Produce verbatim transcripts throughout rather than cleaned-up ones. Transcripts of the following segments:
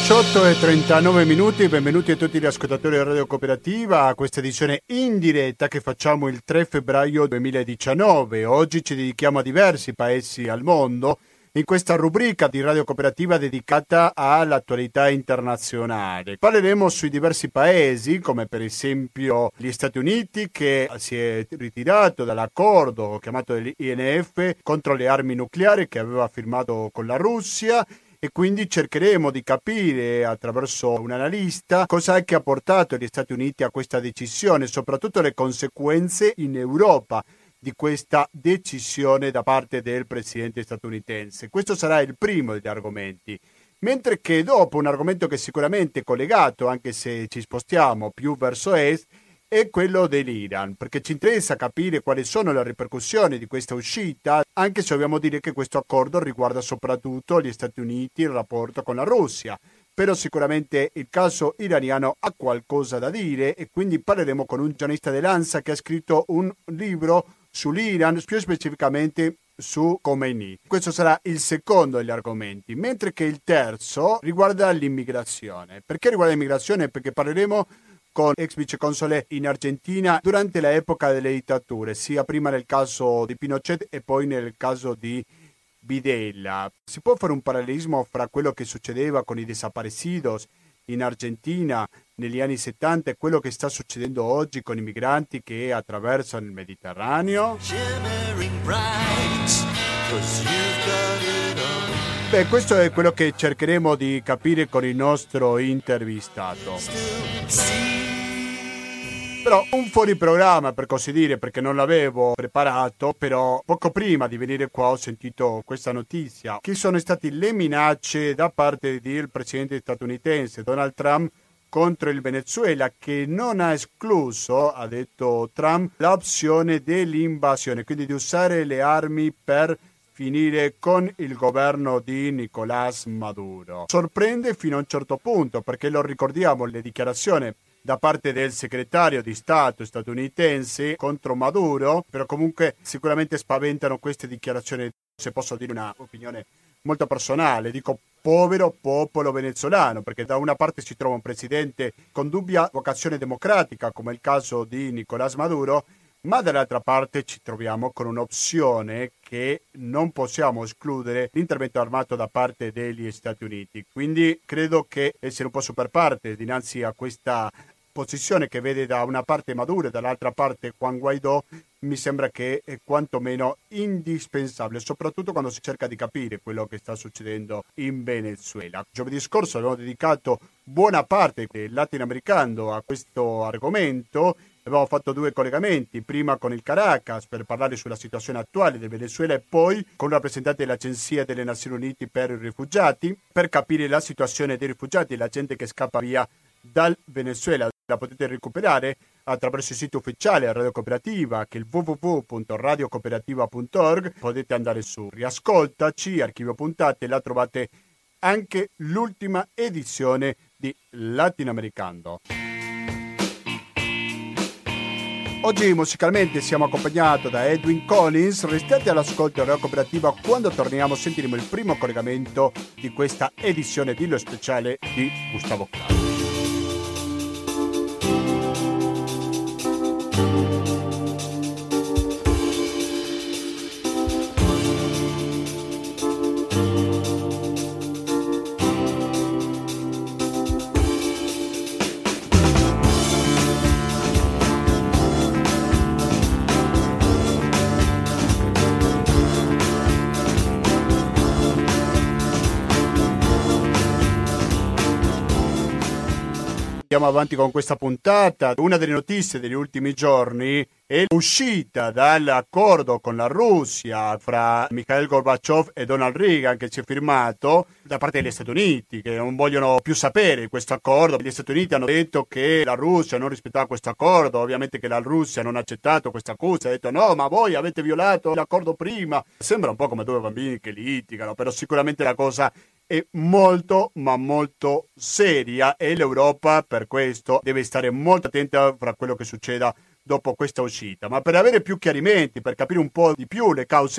diciotto e trentanove minuti, benvenuti a tutti gli ascoltatori di Radio Cooperativa a questa edizione in diretta che facciamo il tre febbraio duemiladiciannove. Oggi ci dedichiamo a diversi paesi al mondo in questa rubrica di Radio Cooperativa dedicata all'attualità internazionale. Parleremo sui diversi paesi, come per esempio gli Stati Uniti, che si è ritirato dall'accordo chiamato dell'I N F contro le armi nucleari che aveva firmato con la Russia. E quindi cercheremo di capire attraverso un analista cosa è che ha portato gli Stati Uniti a questa decisione, soprattutto le conseguenze in Europa di questa decisione da parte del presidente statunitense. Questo sarà il primo degli argomenti. Mentre che dopo un argomento che sicuramente è collegato, anche se ci spostiamo più verso est, è quello dell'Iran, perché ci interessa capire quali sono le ripercussioni di questa uscita, anche se dobbiamo dire che questo accordo riguarda soprattutto gli Stati Uniti, il rapporto con la Russia. Però sicuramente il caso iraniano ha qualcosa da dire e quindi parleremo con un giornalista dell'ANSA che ha scritto un libro sull'Iran, più specificamente su Khomeini. Questo sarà il secondo degli argomenti, mentre che il terzo riguarda l'immigrazione. Perché riguarda l'immigrazione? Perché parleremo con ex viceconsole in Argentina durante l'epoca delle dittature, sia prima nel caso di Pinochet e poi nel caso di Videla. Si può fare un parallelismo fra quello che succedeva con i desaparecidos in Argentina negli anni settanta e quello che sta succedendo oggi con i migranti che attraversano il Mediterraneo? Beh, questo è quello che cercheremo di capire con il nostro intervistato. Però un fuori programma, per così dire, perché non l'avevo preparato, però poco prima di venire qua ho sentito questa notizia, che sono state le minacce da parte del presidente statunitense Donald Trump contro il Venezuela, che non ha escluso, ha detto Trump, l'opzione dell'invasione, quindi di usare le armi per finire con il governo di Nicolás Maduro. Sorprende fino a un certo punto, perché lo ricordiamo, le dichiarazioni da parte del segretario di Stato statunitense contro Maduro, però comunque sicuramente spaventano queste dichiarazioni, se posso dire una opinione molto personale, dico povero popolo venezuelano, perché da una parte si trova un presidente con dubbia vocazione democratica, come il caso di Nicolás Maduro, ma dall'altra parte ci troviamo con un'opzione che non possiamo escludere, l'intervento armato da parte degli Stati Uniti. Quindi credo che essere un po' super parte dinanzi a questa posizione che vede da una parte Maduro e dall'altra parte Juan Guaidó mi sembra che è quantomeno indispensabile, soprattutto quando si cerca di capire quello che sta succedendo in Venezuela. Giovedì scorso abbiamo dedicato buona parte del latinoamericano a questo argomento. Abbiamo fatto due collegamenti, prima con il Caracas per parlare sulla situazione attuale del Venezuela e poi con un rappresentante dell'Agenzia delle Nazioni Unite per i rifugiati per capire la situazione dei rifugiati e la gente che scappa via dal Venezuela. La potete recuperare attraverso il sito ufficiale Radio Cooperativa, che è il w w w punto radio cooperativa punto org. Potete andare su Riascoltaci, Archivio Puntate, la trovate anche l'ultima edizione di Latinoamericano. Oggi musicalmente siamo accompagnati da Edwin Collins. Restate all'ascolto della Cooperativa. Quando torniamo sentiremo il primo collegamento di questa edizione di Lo Speciale di Gustavo Claro. Andiamo avanti con questa puntata. Una delle notizie degli ultimi giorni è l'uscita dall'accordo con la Russia fra Mikhail Gorbaciov e Donald Reagan, che si è firmato da parte degli Stati Uniti, che non vogliono più sapere di questo accordo. Gli Stati Uniti hanno detto che la Russia non rispettava questo accordo, ovviamente che la Russia non ha accettato questa accusa, ha detto no, ma voi avete violato l'accordo prima. Sembra un po' come due bambini che litigano, però sicuramente la cosa è molto ma molto seria e l'Europa per questo deve stare molto attenta fra quello che succeda dopo questa uscita. Ma per avere più chiarimenti, per capire un po' di più le cause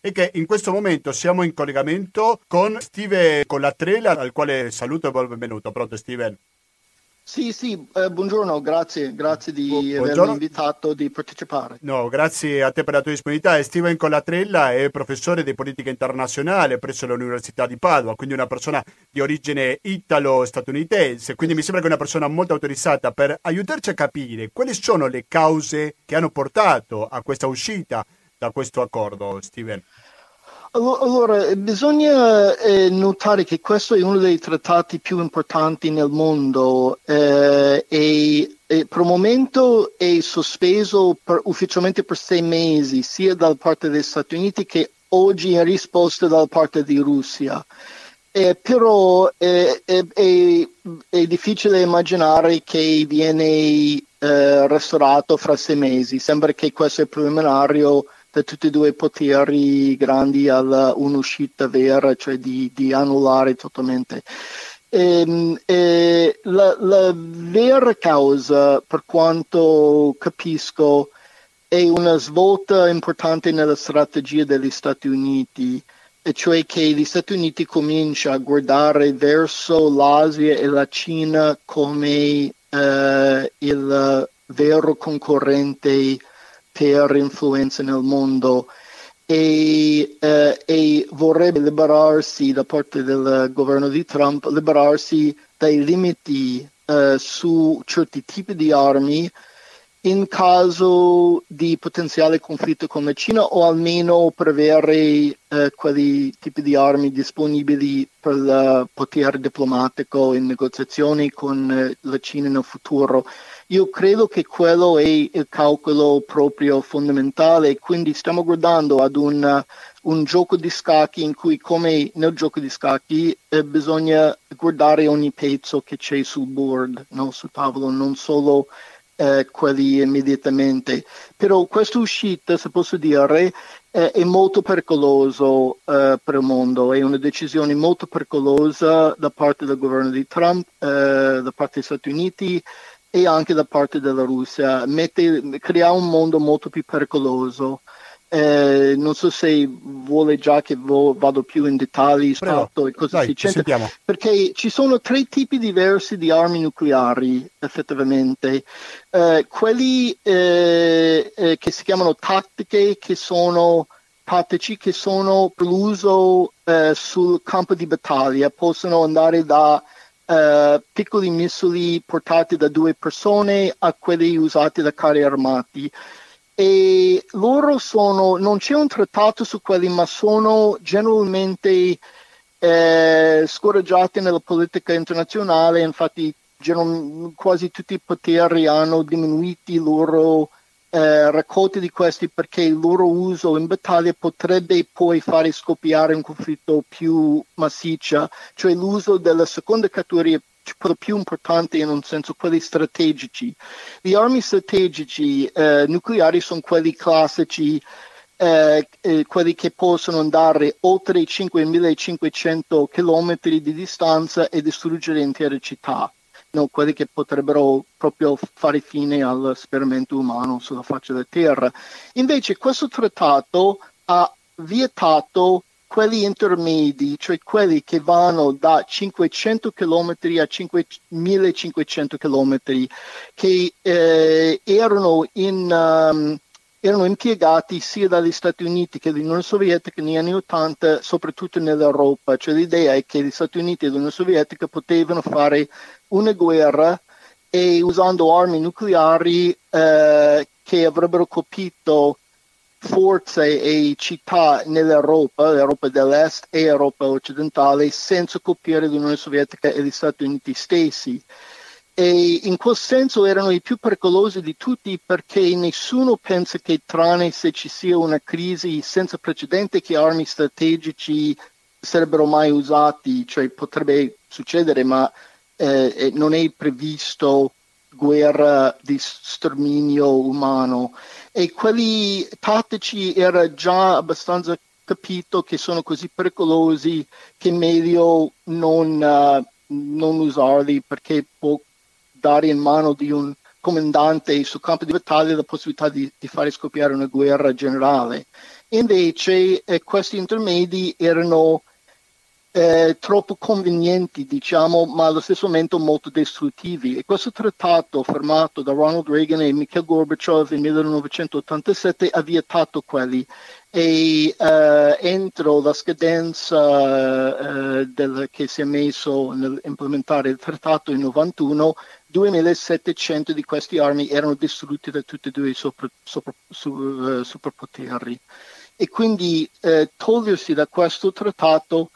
è che in questo momento siamo in collegamento con Steven Collatrella, al quale saluto e buon benvenuto. Pronto Steven? Sì, sì, eh, buongiorno, grazie, grazie di Bu- avermi buongiorno. invitato di partecipare. No, grazie a te per la tua disponibilità. Steven Collatrella è professore di politica internazionale presso l'Università di Padova, quindi una persona di origine italo-statunitense, quindi mi sembra che è una persona molto autorizzata per aiutarci a capire quali sono le cause che hanno portato a questa uscita da questo accordo, Steven. Allora, bisogna eh, notare che questo è uno dei trattati più importanti nel mondo eh, e, e per il momento è sospeso per, ufficialmente per sei mesi, sia da parte degli Stati Uniti che oggi in risposta dalla parte di Russia. Eh, però eh, è, è, è difficile immaginare che viene eh, restaurato fra sei mesi. Sembra che questo è preliminario da tutti e due i poteri grandi a un'uscita vera, cioè di, di annullare totalmente. E, e la, la vera causa, per quanto capisco, è una svolta importante nella strategia degli Stati Uniti, e cioè che gli Stati Uniti cominciano a guardare verso l'Asia e la Cina come eh, il vero concorrente per influenza nel mondo e, eh, e vorrebbe liberarsi da parte del governo di Trump, liberarsi dai limiti eh, su certi tipi di armi in caso di potenziale conflitto con la Cina o almeno per avere eh, quei tipi di armi disponibili per il potere diplomatico in negoziazioni con eh, la Cina nel futuro. Io credo che quello è il calcolo proprio fondamentale, quindi stiamo guardando ad un, un gioco di scacchi in cui, come nel gioco di scacchi, eh, bisogna guardare ogni pezzo che c'è sul board, no? Sul tavolo, non solo eh, quelli immediatamente. Però questa uscita, se posso dire, eh, è molto pericoloso eh, per il mondo, è una decisione molto pericolosa da parte del governo di Trump, eh, da parte degli Stati Uniti, e anche da parte della Russia, mette, crea un mondo molto più pericoloso. Eh, non so se vuole già che vo, vado più in dettagli stato e cosa Dai, si c'entra, perché ci sono tre tipi diversi di armi nucleari effettivamente. Eh, quelli eh, eh, che si chiamano tattiche, che sono tattici, che sono per l'uso eh, sul campo di battaglia, possono andare da Uh, piccoli missili portati da due persone a quelli usati da carri armati, e loro sono, non c'è un trattato su quelli, ma sono generalmente eh, scoraggiati nella politica internazionale. Infatti gener- quasi tutti i poteri hanno diminuito i loro Eh, raccolti di questi perché il loro uso in battaglia potrebbe poi fare scoppiare un conflitto più massiccio, cioè l'uso della seconda categoria quello più importante in un senso, quelli strategici. Le armi strategici eh, nucleari sono quelli classici, eh, eh, quelli che possono andare oltre i cinquemilacinquecento chilometri di distanza e distruggere intere città. No, quelli che potrebbero proprio fare fine all'esperimento umano sulla faccia della Terra. Invece questo trattato ha vietato quelli intermedi, cioè quelli che vanno da cinquecento chilometri a cinquemilacinquecento chilometri, che eh, erano in... Um, erano impiegati sia dagli Stati Uniti che dall'Unione Sovietica negli anni ottanta, soprattutto nell'Europa. Cioè l'idea è che gli Stati Uniti e l'Unione Sovietica potevano fare una guerra e usando armi nucleari eh, che avrebbero colpito forze e città nell'Europa, l'Europa dell'Est e l'Europa occidentale, senza colpire l'Unione Sovietica e gli Stati Uniti stessi. E in quel senso erano i più pericolosi di tutti, perché nessuno pensa che, tranne se ci sia una crisi senza precedente, che armi strategici sarebbero mai usati. Cioè potrebbe succedere, ma eh, non è previsto guerra di sterminio umano. E quelli tattici era già abbastanza capito che sono così pericolosi che è meglio non, uh, non usarli, perché può dare in mano di un comandante sul campo di battaglia la possibilità di, di fare scoppiare una guerra generale. Invece eh, questi intermedi erano eh, troppo convenienti, diciamo, ma allo stesso momento molto distruttivi. E questo trattato firmato da Ronald Reagan e Mikhail Gorbachev nel millenovecentottantasette ha vietato quelli. E eh, entro la scadenza eh, del, che si è messo nell'implementare il trattato in novantuno, duemilasettecento di queste armi erano distrutte da tutti e due i sopra, sopra, su, uh, superpoteri. E quindi eh, togliersi da questo trattato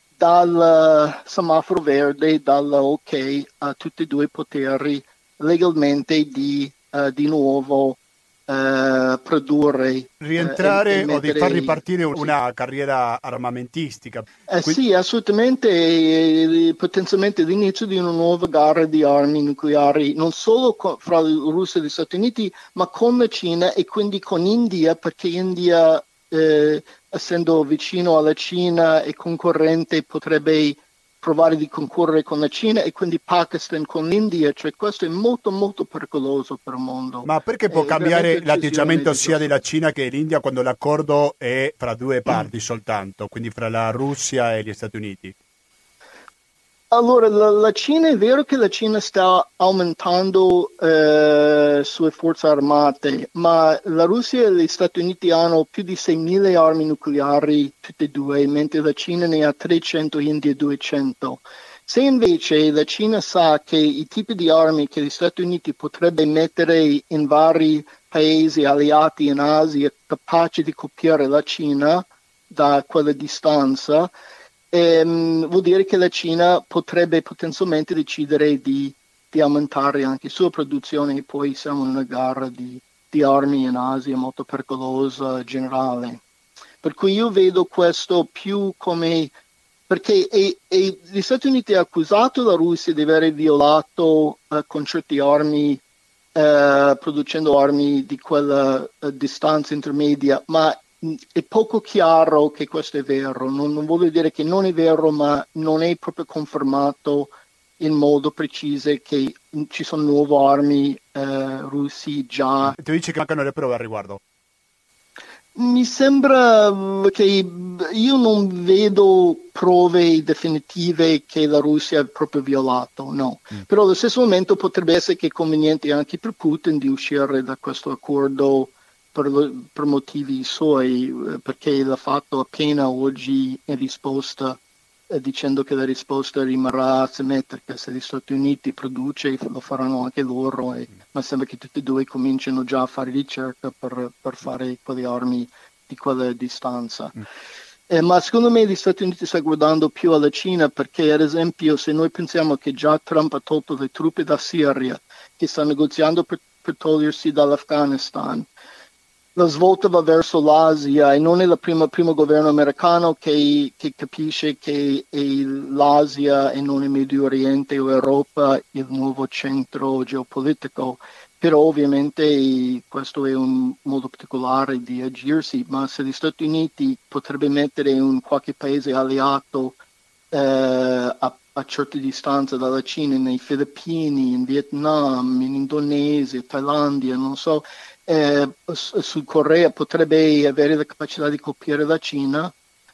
dal semaforo verde, dal ok a tutti e due i poteri legalmente di, uh, di nuovo Uh, produrre, rientrare uh, o di far ripartire una sì. carriera armamentistica. Eh, Quindi... Sì, assolutamente, eh, potenzialmente l'inizio di una nuova gara di armi nucleari, non solo co- fra Russia e gli Stati Uniti, ma con la Cina e quindi con India, perché India, eh, essendo vicino alla Cina e concorrente, potrebbe provare di concorrere con la Cina e quindi Pakistan con l'India, cioè questo è molto molto pericoloso per il mondo. Ma perché può è cambiare l'atteggiamento sia della Cina che dell'India quando l'accordo è fra due parti mm. soltanto, quindi fra la Russia e gli Stati Uniti? Allora, la, la Cina, è vero che la Cina sta aumentando eh, sue forze armate, ma la Russia e gli Stati Uniti hanno più di seimila armi nucleari tutte e due, mentre la Cina ne ha trecento, India duecento. Se invece la Cina sa che i tipi di armi che gli Stati Uniti potrebbe mettere in vari paesi alleati in Asia capaci di copiare la Cina da quella distanza, ehm, vuol dire che la Cina potrebbe potenzialmente decidere di, di aumentare anche la sua produzione e poi siamo in una gara di, di armi in Asia molto pericolosa generale. Per cui io vedo questo più come... perché e, e gli Stati Uniti hanno accusato la Russia di aver violato uh, con certe armi, uh, producendo armi di quella uh, distanza intermedia, ma mh, è poco chiaro che questo è vero. Non, non voglio dire che non è vero, ma non è proprio confermato in modo preciso che mh, ci sono nuove armi uh, russi già. Tu dici che mancano le prove al riguardo? Mi sembra che io non vedo prove definitive che la Russia ha proprio violato, no. Mm. Però allo stesso momento potrebbe essere che è conveniente anche per Putin di uscire da questo accordo per, per motivi suoi, perché l'ha fatto appena oggi in risposta, eh, dicendo che la risposta rimarrà asimmetrica. Se gli Stati Uniti produce, lo faranno anche loro, e, ma sembra che tutti e due cominciano già a fare ricerca per, per fare quelle armi di quella distanza. Mm. Eh, ma secondo me gli Stati Uniti stanno guardando più alla Cina, perché ad esempio se noi pensiamo che già Trump ha tolto le truppe da Siria, che sta negoziando per, per togliersi dall'Afghanistan, la svolta va verso l'Asia e non è il primo, primo governo americano che, che capisce che l'Asia e non il Medio Oriente o Europa il nuovo centro geopolitico, però ovviamente questo è un modo particolare di agirsi, ma se gli Stati Uniti potrebbe mettere un qualche paese alleato eh, a, a certe distanze dalla Cina, nei Filippini, in Vietnam, in Indonesia, Thailandia, non so, Eh, Sud Corea potrebbe avere la capacità di colpire la Cina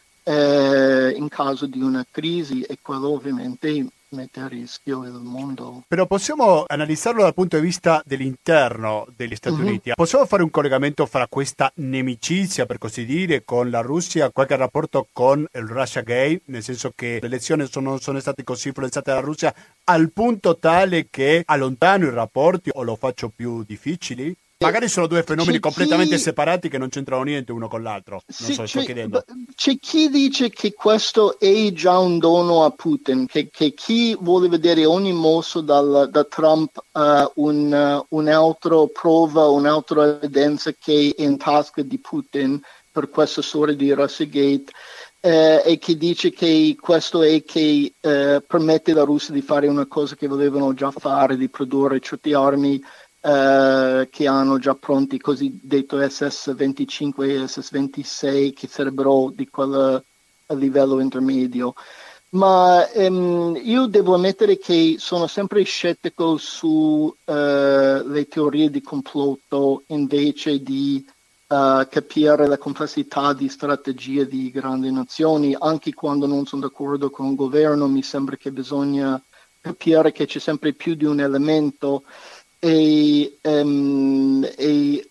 eh, in caso di una crisi, e quello ovviamente mette a rischio il mondo. Però possiamo analizzarlo dal punto di vista dell'interno degli Stati mm-hmm. Uniti. Possiamo fare un collegamento fra questa nemicizia, per così dire, con la Russia, qualche rapporto con il Russia Gate, nel senso che le elezioni sono, sono state così influenzate dalla Russia al punto tale che allontano i rapporti o lo faccio più difficili? Magari sono due fenomeni c'è completamente chi... separati che non c'entrano niente uno con l'altro. Non sì, so, sto chiedendo. C'è chi dice che questo è già un dono a Putin, che, che chi vuole vedere ogni mosso dal, da Trump uh, un, uh, un'altra prova, un'altra evidenza che è in tasca di Putin per questa storia di Russiagate, uh, e che dice che questo è che uh, permette alla Russia di fare una cosa che volevano già fare, di produrre certe armi Uh, che hanno già pronti i cosiddetti S S venticinque e S S ventisei, che sarebbero di quel livello intermedio. Ma ehm, io devo ammettere che sono sempre scettico su eh, le teorie di complotto invece di eh, capire la complessità di strategie di grandi nazioni. Anche quando non sono d'accordo con un governo, mi sembra che bisogna capire che c'è sempre più di un elemento e, ehm, e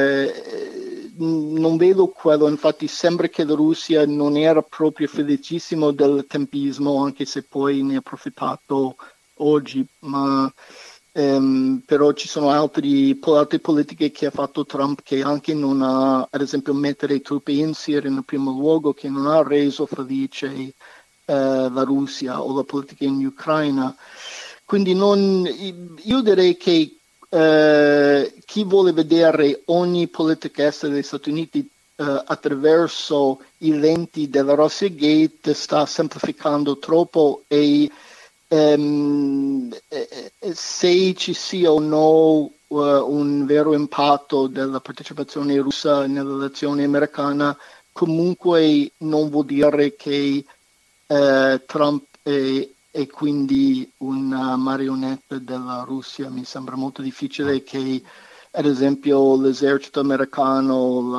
eh, non vedo quello. Infatti sembra che la Russia non era proprio felicissimo del tempismo, anche se poi ne ha approfittato oggi, ma ehm, però ci sono altri, altre politiche che ha fatto Trump che anche non ha, ad esempio mettere le truppe in Siria in primo luogo, che non ha reso felice eh, la Russia o la politica in Ucraina. Quindi non, io direi che eh, chi vuole vedere ogni politica estera degli Stati Uniti eh, attraverso i lenti della Russia Gate sta semplificando troppo e ehm, eh, se ci sia o no uh, un vero impatto della partecipazione russa nell'elezione americana, comunque non vuol dire che eh, Trump è, è quindi una marionetta della Russia. Mi sembra molto difficile che, ad esempio, l'esercito americano,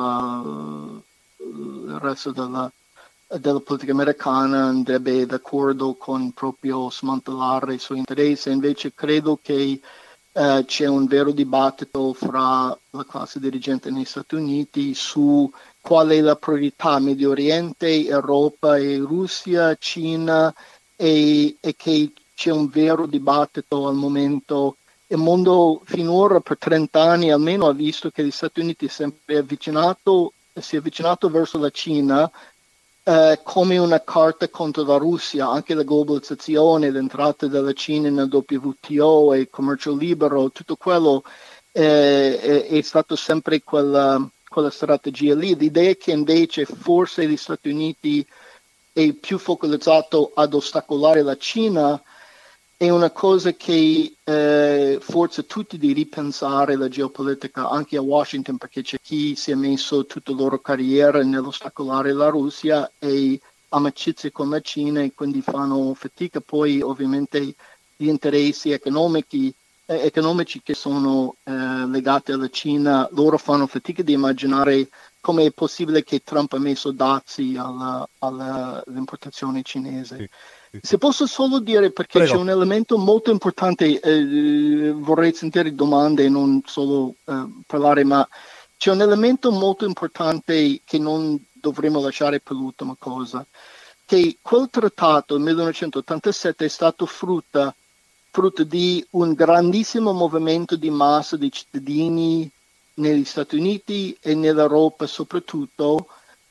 la, il resto della, della politica americana andrebbe d'accordo con proprio smantellare i suoi interessi. Invece credo che eh, c'è un vero dibattito fra la classe dirigente negli Stati Uniti su qual è la priorità: Medio Oriente, Europa e Russia, Cina, e, e che c'è un vero dibattito al momento. Il mondo finora per trenta anni almeno ha visto che gli Stati Uniti si è sempre avvicinato, si è avvicinato verso la Cina eh, come una carta contro la Russia. Anche la globalizzazione, l'entrata della Cina nel W T O e il commercio libero, tutto quello eh, è, è stato sempre quella, quella strategia lì. L'idea che invece forse gli Stati Uniti è più focalizzato ad ostacolare la Cina è una cosa che eh, forza tutti di ripensare la geopolitica anche a Washington, perché c'è chi si è messo tutta la loro carriera nell'ostacolare la Russia e amicizie con la Cina e quindi fanno fatica. Poi ovviamente gli interessi economici, eh, economici che sono eh, legati alla Cina, loro fanno fatica di immaginare come è possibile che Trump ha messo dazi alla, alla, all'importazione cinese. Sì, sì, sì. Se posso solo dire, perché Prego. c'è un elemento molto importante, eh, vorrei sentire domande e non solo eh, parlare, ma c'è un elemento molto importante che non dovremmo lasciare per l'ultima cosa, che quel trattato del millenovecentottantasette è stato frutto, frutto di un grandissimo movimento di massa di cittadini negli Stati Uniti e nell'Europa soprattutto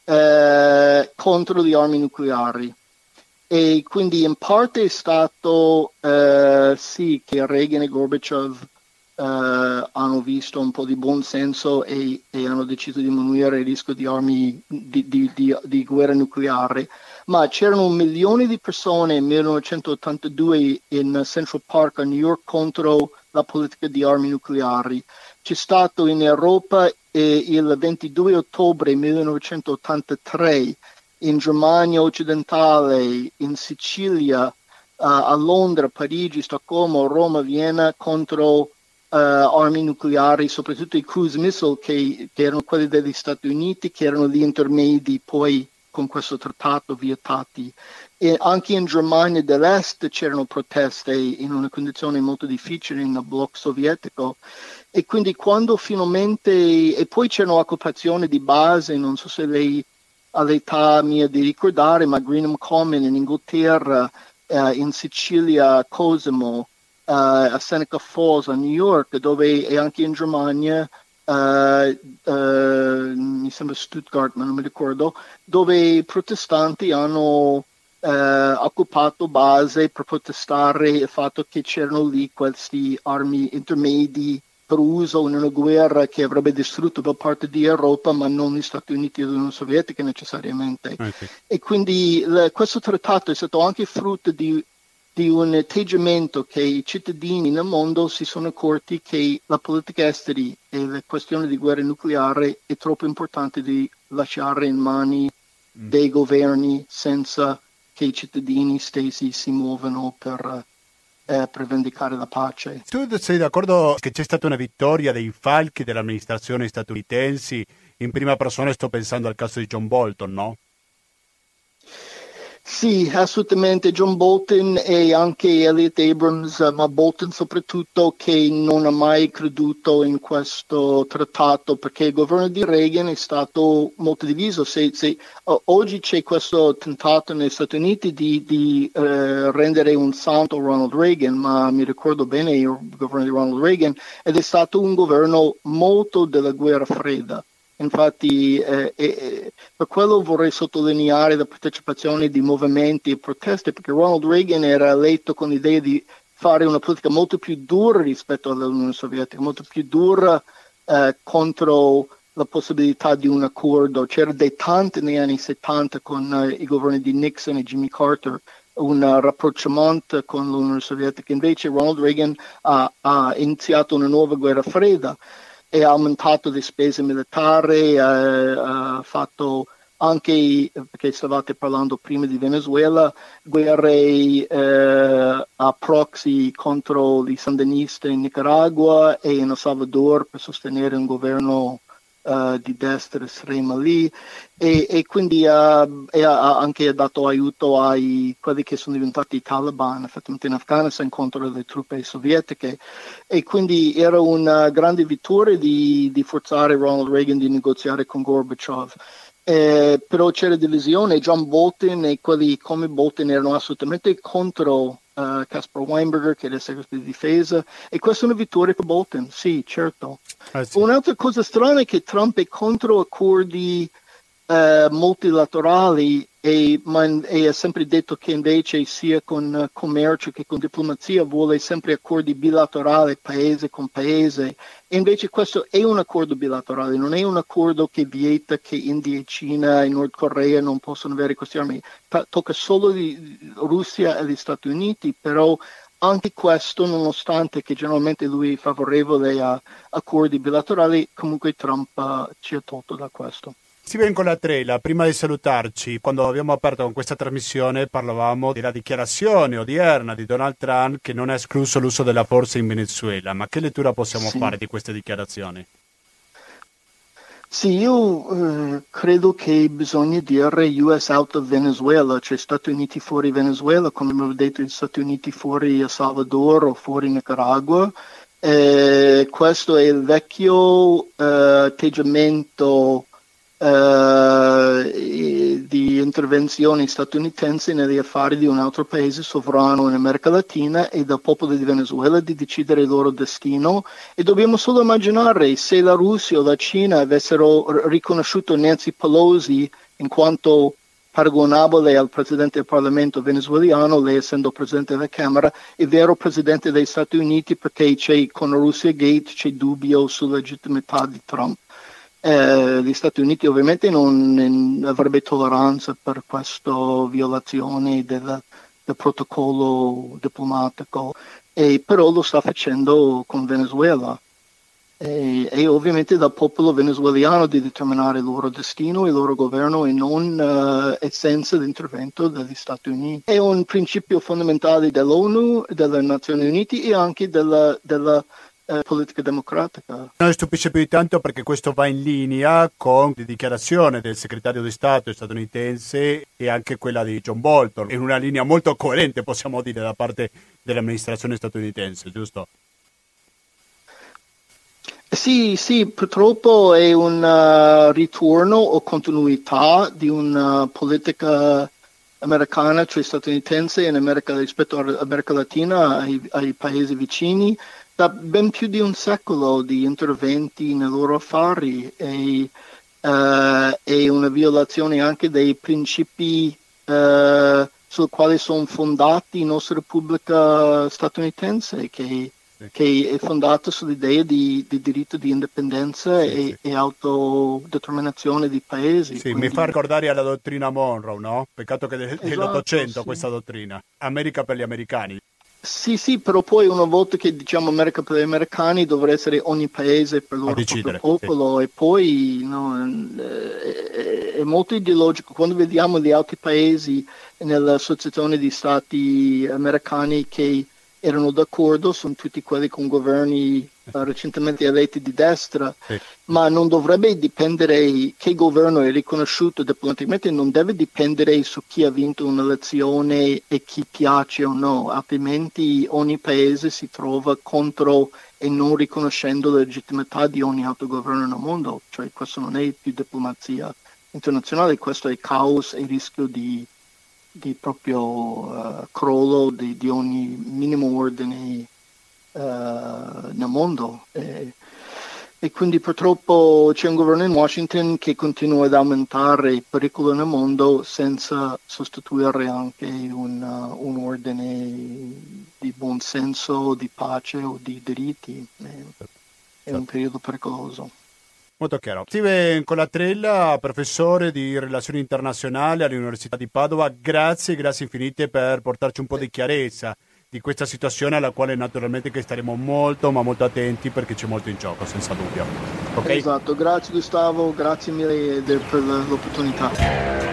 eh, contro le armi nucleari. E quindi in parte è stato eh, sì che Reagan e Gorbachev eh, hanno visto un po' di buon senso e, e hanno deciso di diminuire il rischio di armi di, di, di, di guerra nucleare, ma c'erano un milione di persone nel millenovecentottantadue in Central Park a New York contro la politica di armi nucleari. C'è stato in Europa eh, il ventidue ottobre millenovecentottantatré in Germania occidentale, in Sicilia, uh, a Londra, Parigi, Stoccolmo, Roma, Vienna contro uh, armi nucleari, soprattutto i cruise missile che, che erano quelli degli Stati Uniti, che erano gli intermedi poi con questo trattato vietati. E anche in Germania dell'Est c'erano proteste in una condizione molto difficile nel blocco sovietico. E quindi quando finalmente, e poi c'erano occupazioni di base, non so se lei all'età mia di ricordare, ma Greenham Common in Inghilterra, uh, in Sicilia, Cosimo, uh, a Seneca Falls, a New York, dove e anche in Germania, uh, uh, mi sembra Stuttgart, ma non mi ricordo, dove i protestanti hanno Uh, occupato base per protestare il fatto che c'erano lì questi armi intermedi per uso in una guerra che avrebbe distrutto per parte di Europa, ma non gli Stati Uniti e l'Unione Sovietica necessariamente. Okay. E quindi le, questo trattato è stato anche frutto di, di un atteggiamento che i cittadini nel mondo si sono accorti che la politica estera e la questione di guerra nucleare è troppo importante di lasciare in mani mm. dei governi senza che i cittadini stessi si muovono per, eh, per vendicare la pace. Tu sei d'accordo che c'è stata una vittoria dei falchi dell'amministrazione statunitense in prima persona? Sto pensando al caso di John Bolton, no? Sì, assolutamente. John Bolton e anche Elliott Abrams, ma Bolton soprattutto, che non ha mai creduto in questo trattato, perché il governo di Reagan è stato molto diviso. Se, se, uh, oggi c'è questo tentato negli Stati Uniti di, di uh, rendere un santo Ronald Reagan, ma mi ricordo bene il governo di Ronald Reagan, ed è stato un governo molto della guerra fredda. Infatti, eh, eh, per quello vorrei sottolineare la partecipazione di movimenti e proteste, perché Ronald Reagan era eletto con l'idea di fare una politica molto più dura rispetto all'Unione Sovietica, molto più dura eh, contro la possibilità di un accordo. C'era detente negli anni settanta con eh, i governi di Nixon e Jimmy Carter un uh, rapprochement con l'Unione Sovietica. Invece Ronald Reagan ha, ha iniziato una nuova guerra fredda e ha aumentato le spese militari, eh, ha fatto anche, perché stavate parlando prima di Venezuela, guerre eh, a proxy contro i sandinisti in Nicaragua e in El Salvador per sostenere un governo uh, di destra estrema lì, e, e quindi uh, e ha anche dato aiuto ai quelli che sono diventati i Taliban, effettivamente in Afghanistan, contro le truppe sovietiche, e quindi era una grande vittoria di, di forzare Ronald Reagan di negoziare con Gorbaciov. Eh, però c'era divisione. John Bolton e quelli come Bolton erano assolutamente contro uh, Caspar Weinberger, che era il segretario di difesa, e questa è una vittoria per Bolton, sì, certo. Ah, sì. Un'altra cosa strana è che Trump è contro accordi uh, multilaterali e, man, e ha sempre detto che invece sia con uh, commercio che con diplomazia vuole sempre accordi bilaterali paese con paese, e invece questo è un accordo bilaterale, non è un accordo che vieta che India, Cina e Nord Corea non possono avere queste armi. T- tocca solo di Russia e gli Stati Uniti, però anche questo, nonostante che generalmente lui è favorevole a accordi bilaterali, comunque Trump uh, ci ha tolto da questo. Steven Colatrella, prima di salutarci, quando abbiamo aperto con questa trasmissione parlavamo della dichiarazione odierna di Donald Trump che non ha escluso l'uso della forza in Venezuela, ma che lettura possiamo sì. fare di queste dichiarazioni? Sì, io eh, credo che bisogna dire U S out of Venezuela, cioè Stati Uniti fuori Venezuela, come avevo detto, gli Stati Uniti fuori El Salvador o fuori Nicaragua. Eh, questo è il vecchio eh, atteggiamento Uh, di intervenzione statunitense negli affari di un altro paese sovrano in America Latina e del popolo di Venezuela di decidere il loro destino, e dobbiamo solo immaginare se la Russia o la Cina avessero riconosciuto Nancy Pelosi in quanto paragonabile al presidente del Parlamento venezuelano, lei essendo presidente della Camera, il vero presidente degli Stati Uniti, perché c'è con Russia Gate c'è dubbio sulla legittimità di Trump. Eh, gli Stati Uniti ovviamente non, non avrebbe tolleranza per questa violazione del, del protocollo diplomatico, e però lo sta facendo con Venezuela, e, e ovviamente dal popolo venezuelano di determinare il loro destino, il loro governo, e non uh, e senza l'intervento degli Stati Uniti. È un principio fondamentale dell'ONU, delle Nazioni Unite e anche della, della Eh, politica democratica. Non stupisce più di tanto perché questo va in linea con le dichiarazioni del segretario di Stato statunitense e anche quella di John Bolton. È una linea molto coerente, possiamo dire, da parte dell'amministrazione statunitense, giusto? Sì, sì, purtroppo è un uh, ritorno o continuità di una politica americana, cioè statunitense, in America rispetto all'America Latina, ai, ai paesi vicini, da ben più di un secolo di interventi nei loro affari, e uh, è una violazione anche dei principi uh, sui quali sono fondati la nostra Repubblica statunitense, che, sì. che è fondata sull'idea di, di diritto di indipendenza sì, e, sì. e autodeterminazione di paesi. Sì, quindi... mi fa ricordare alla dottrina Monroe, no? Peccato che esatto, dell'Ottocento sì. questa dottrina. America per gli americani. Sì, sì, però poi una volta che diciamo America per gli americani dovrà essere ogni paese per il loro proprio popolo, sì. e poi no, eh, è molto ideologico. Quando vediamo gli altri paesi nell'associazione di stati americani che erano d'accordo, sono tutti quelli con governi uh, recentemente eletti di destra, sì. ma non dovrebbe dipendere che governo è riconosciuto diplomaticamente, non deve dipendere su chi ha vinto un'elezione e chi piace o no, altrimenti ogni paese si trova contro e non riconoscendo la legittimità di ogni altro governo nel mondo, cioè questo non è più diplomazia internazionale, questo è caos e rischio di di proprio uh, crollo di, di ogni minimo ordine uh, nel mondo. E, e quindi purtroppo c'è un governo in Washington che continua ad aumentare il pericolo nel mondo senza sostituire anche un, uh, un ordine di buon senso, di pace o di diritti. È, è un periodo pericoloso. Molto chiaro. Steven Colatrella, professore di relazioni internazionali all'Università di Padova, grazie, grazie infinite per portarci un po' di chiarezza di questa situazione alla quale naturalmente che staremo molto ma molto attenti perché c'è molto in gioco, senza dubbio. Okay? Esatto, grazie Gustavo, grazie mille per l'opportunità.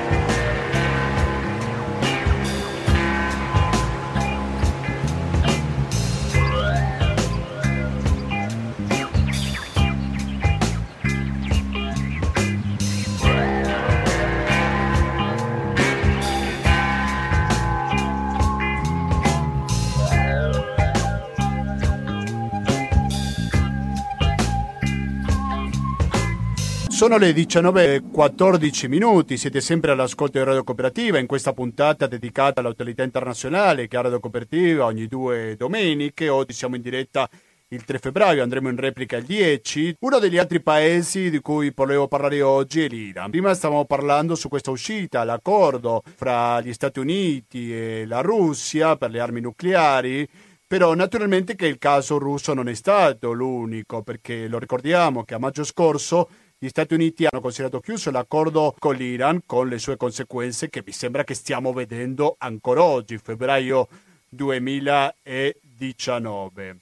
Sono le diciannove e quattordici minuti, siete sempre all'ascolto di Radio Cooperativa in questa puntata dedicata all'attualità internazionale che ha Radio Cooperativa ogni due domeniche. Oggi siamo in diretta il tre febbraio, andremo in replica il dieci. Uno degli altri paesi di cui volevo parlare oggi è l'Iran. Prima stavamo parlando su questa uscita, l'accordo fra gli Stati Uniti e la Russia per le armi nucleari. Però naturalmente che il caso russo non è stato l'unico, perché lo ricordiamo che a maggio scorso gli Stati Uniti hanno considerato chiuso l'accordo con l'Iran, con le sue conseguenze che mi sembra che stiamo vedendo ancora oggi, febbraio duemiladiciannove.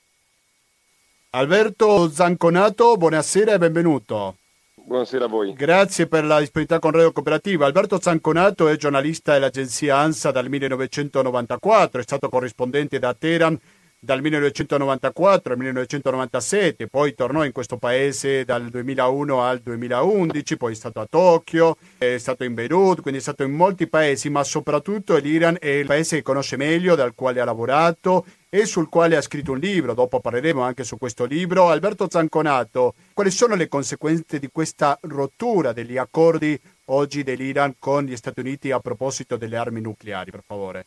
Alberto Zanconato, buonasera e benvenuto. Buonasera a voi. Grazie per la disponibilità con Radio Cooperativa. Alberto Zanconato è giornalista dell'agenzia ANSA dal millenovecentonovantaquattro, è stato corrispondente da Teheran dal millenovecentonovantaquattro al millenovecentonovantasette, poi tornò in questo paese dal duemilauno al duemilaundici, poi è stato a Tokyo, è stato in Beirut, quindi è stato in molti paesi, ma soprattutto l'Iran è il paese che conosce meglio, dal quale ha lavorato e sul quale ha scritto un libro. Dopo parleremo anche su questo libro. Alberto Zanconato, quali sono le conseguenze di questa rottura degli accordi oggi dell'Iran con gli Stati Uniti a proposito delle armi nucleari, per favore?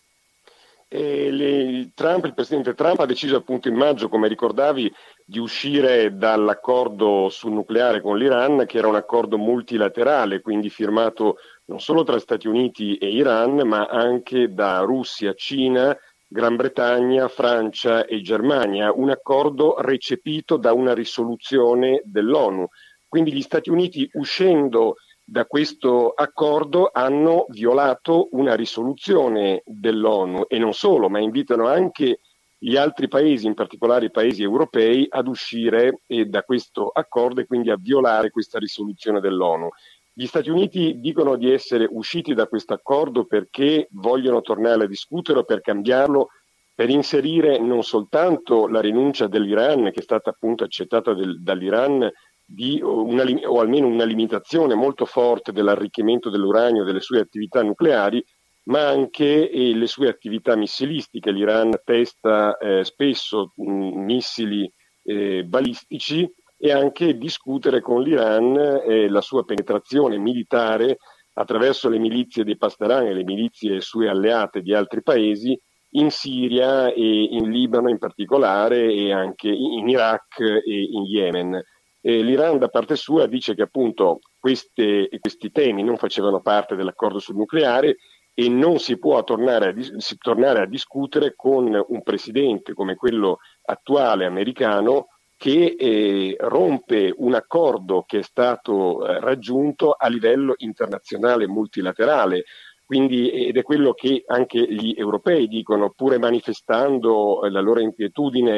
E le, Trump, il presidente Trump ha deciso appunto in maggio, come ricordavi, di uscire dall'accordo sul nucleare con l'Iran, che era un accordo multilaterale, quindi firmato non solo tra Stati Uniti e Iran, ma anche da Russia, Cina, Gran Bretagna, Francia e Germania, un accordo recepito da una risoluzione dell'ONU. Quindi gli Stati Uniti, uscendo da questo accordo, hanno violato una risoluzione dell'ONU e non solo, ma invitano anche gli altri paesi, in particolare i paesi europei, ad uscire eh, da questo accordo e quindi a violare questa risoluzione dell'ONU. Gli Stati Uniti dicono di essere usciti da questo accordo perché vogliono tornare a discutere per cambiarlo, per inserire non soltanto la rinuncia dell'Iran, che è stata appunto accettata del, dall'Iran, di una, o almeno una limitazione molto forte dell'arricchimento dell'uranio e delle sue attività nucleari, ma anche eh, le sue attività missilistiche. L'Iran testa eh, spesso mh, missili eh, balistici, e anche discutere con l'Iran eh, la sua penetrazione militare attraverso le milizie dei Pasdaran e le milizie sue alleate di altri paesi in Siria e in Libano in particolare, e anche in Iraq e in Yemen. Eh, L'Iran da parte sua dice che appunto queste, questi temi non facevano parte dell'accordo sul nucleare e non si può tornare a, dis- tornare a discutere con un presidente come quello attuale americano che eh, rompe un accordo che è stato eh, raggiunto a livello internazionale multilaterale. Quindi, ed è quello che anche gli europei dicono, pur manifestando eh, la loro inquietudine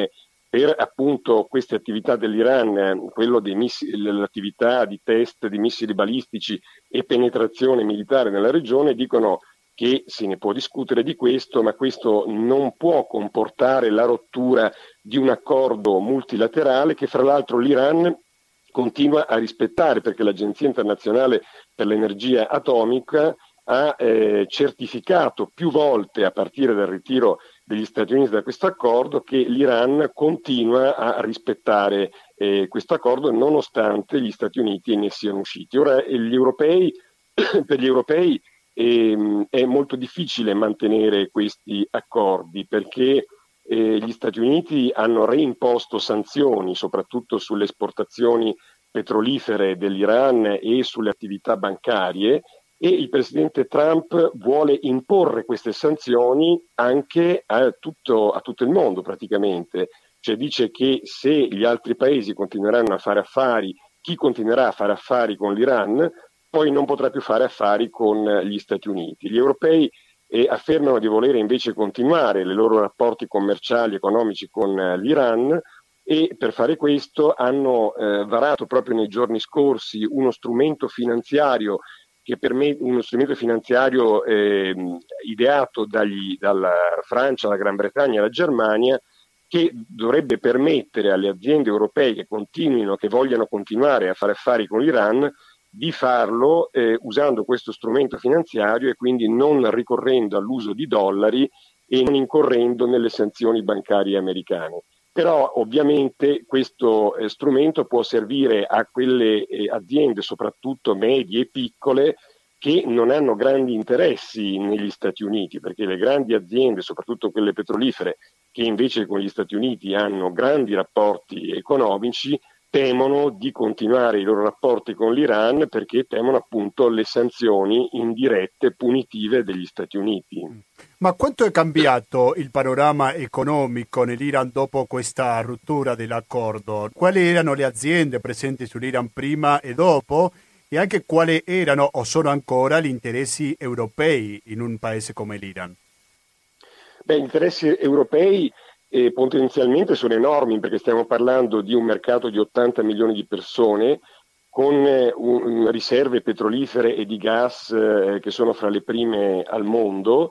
per appunto queste attività dell'Iran, quello dei missili, l'attività di test di missili balistici e penetrazione militare nella regione, dicono che se ne può discutere di questo, ma questo non può comportare la rottura di un accordo multilaterale che fra l'altro l'Iran continua a rispettare, perché l'Agenzia internazionale per l'energia atomica ha eh, certificato più volte, a partire dal ritiro degli Stati Uniti da questo accordo, che l'Iran continua a rispettare eh, questo accordo nonostante gli Stati Uniti ne siano usciti. Ora gli europei, per gli europei ehm, è molto difficile mantenere questi accordi perché eh, gli Stati Uniti hanno reimposto sanzioni soprattutto sulle esportazioni petrolifere dell'Iran e sulle attività bancarie, e il presidente Trump vuole imporre queste sanzioni anche a tutto, a tutto il mondo praticamente, cioè dice che se gli altri paesi continueranno a fare affari, chi continuerà a fare affari con l'Iran poi non potrà più fare affari con gli Stati Uniti. Gli europei eh, affermano di volere invece continuare i loro rapporti commerciali e economici con l'Iran, e per fare questo hanno eh, varato proprio nei giorni scorsi uno strumento finanziario che permette, uno strumento finanziario eh, ideato dagli, dalla Francia, la Gran Bretagna e la Germania, che dovrebbe permettere alle aziende europee che continuino, che vogliano continuare a fare affari con l'Iran, di farlo eh, usando questo strumento finanziario e quindi non ricorrendo all'uso di dollari e non incorrendo nelle sanzioni bancarie americane. Però ovviamente questo eh, strumento può servire a quelle eh, aziende, soprattutto medie e piccole, che non hanno grandi interessi negli Stati Uniti, perché le grandi aziende, soprattutto quelle petrolifere, che invece con gli Stati Uniti hanno grandi rapporti economici, temono di continuare i loro rapporti con l'Iran perché temono appunto le sanzioni indirette punitive degli Stati Uniti. Ma quanto è cambiato il panorama economico nell'Iran dopo questa rottura dell'accordo? Quali erano le aziende presenti sull'Iran prima e dopo? E anche quali erano o sono ancora gli interessi europei in un paese come l'Iran? Beh, gli interessi europei eh, potenzialmente sono enormi, perché stiamo parlando di un mercato di ottanta milioni di persone con eh, un, riserve petrolifere e di gas eh, che sono fra le prime al mondo,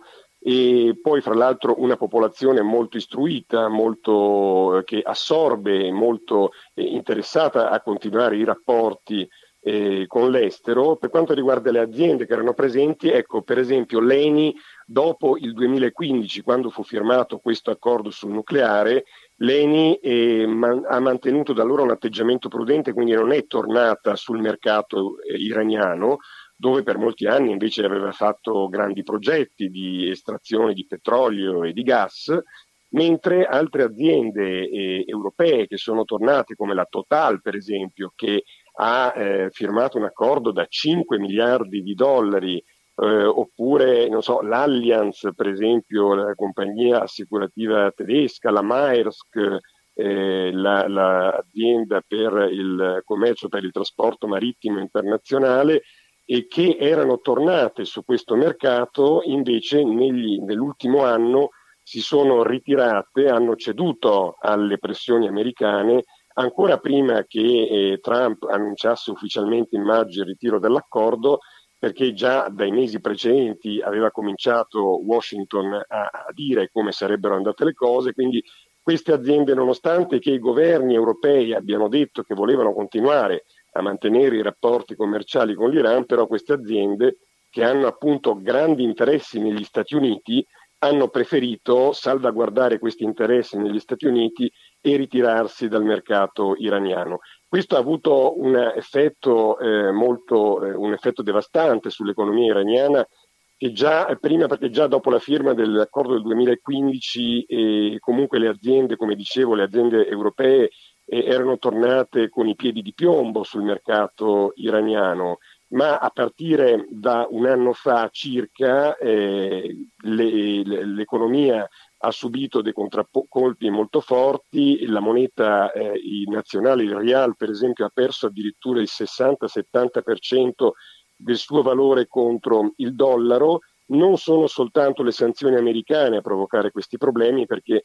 e poi fra l'altro una popolazione molto istruita, molto, eh, che assorbe, molto eh, interessata a continuare i rapporti eh, con l'estero. Per quanto riguarda le aziende che erano presenti, ecco, per esempio l'Eni, dopo il duemilaquindici, quando fu firmato questo accordo sul nucleare, l'Eni eh, man- ha mantenuto da allora un atteggiamento prudente, quindi non è tornata sul mercato eh, iraniano, dove per molti anni invece aveva fatto grandi progetti di estrazione di petrolio e di gas, mentre altre aziende eh, europee che sono tornate, come la Total per esempio, che ha eh, firmato un accordo da cinque miliardi di dollari, eh, oppure non so, l'Allianz per esempio, la compagnia assicurativa tedesca, la Maersk, eh, la, l'azienda per il commercio, per il trasporto marittimo internazionale, e che erano tornate su questo mercato, invece negli, nell'ultimo anno si sono ritirate, hanno ceduto alle pressioni americane, ancora prima che eh, Trump annunciasse ufficialmente in maggio il ritiro dell'accordo, perché già dai mesi precedenti aveva cominciato Washington a, a dire come sarebbero andate le cose. Quindi queste aziende, nonostante che i governi europei abbiano detto che volevano continuare a mantenere i rapporti commerciali con l'Iran, però queste aziende, che hanno appunto grandi interessi negli Stati Uniti, hanno preferito salvaguardare questi interessi negli Stati Uniti e ritirarsi dal mercato iraniano. Questo ha avuto un effetto eh, molto, eh, un effetto devastante sull'economia iraniana, che già prima, perché già dopo la firma dell'accordo del duemilaquindici eh, comunque le aziende, come dicevo, le aziende europee eh, erano tornate con i piedi di piombo sul mercato iraniano, ma a partire da un anno fa circa eh, le, le, l'economia ha subito dei contraccolpi molto forti. La moneta eh, nazionale, il Rial per esempio, ha perso addirittura il sessanta settanta per cento del suo valore contro il dollaro. Non sono soltanto le sanzioni americane a provocare questi problemi, perché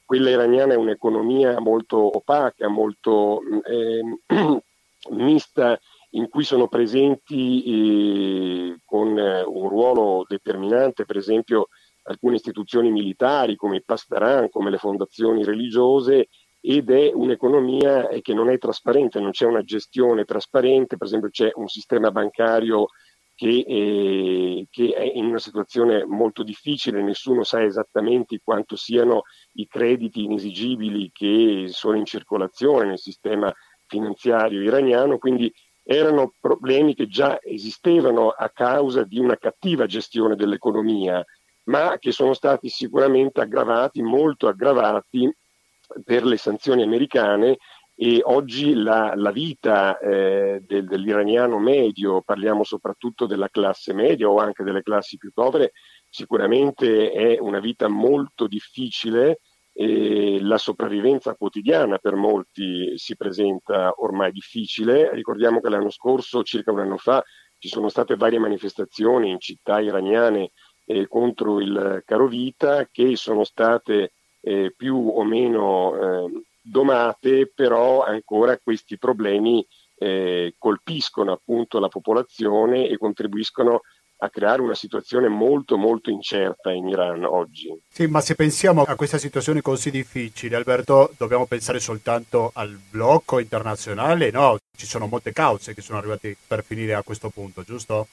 quella iraniana è un'economia molto opaca, molto eh, mista, in cui sono presenti eh, con eh, un ruolo determinante, per esempio, alcune istituzioni militari come i Pasdaran, come le fondazioni religiose, ed è un'economia che non è trasparente, non c'è una gestione trasparente, per esempio c'è un sistema bancario che, eh, che è in una situazione molto difficile, nessuno sa esattamente quanto siano i crediti inesigibili che sono in circolazione nel sistema finanziario iraniano, quindi erano problemi che già esistevano a causa di una cattiva gestione dell'economia, ma che sono stati sicuramente aggravati, molto aggravati per le sanzioni americane, e oggi la, la vita eh, del, dell'iraniano medio, parliamo soprattutto della classe media o anche delle classi più povere, sicuramente è una vita molto difficile, e la sopravvivenza quotidiana per molti si presenta ormai difficile. Ricordiamo che l'anno scorso, circa un anno fa, ci sono state varie manifestazioni in città iraniane eh, contro il carovita, che sono state eh, più o meno eh, domate, però ancora questi problemi eh, colpiscono appunto la popolazione e contribuiscono a creare una situazione molto molto incerta in Iran oggi. Sì, ma se pensiamo a questa situazione così difficile, Alberto, dobbiamo pensare soltanto al blocco internazionale? No, ci sono molte cause che sono arrivate per finire a questo punto, giusto?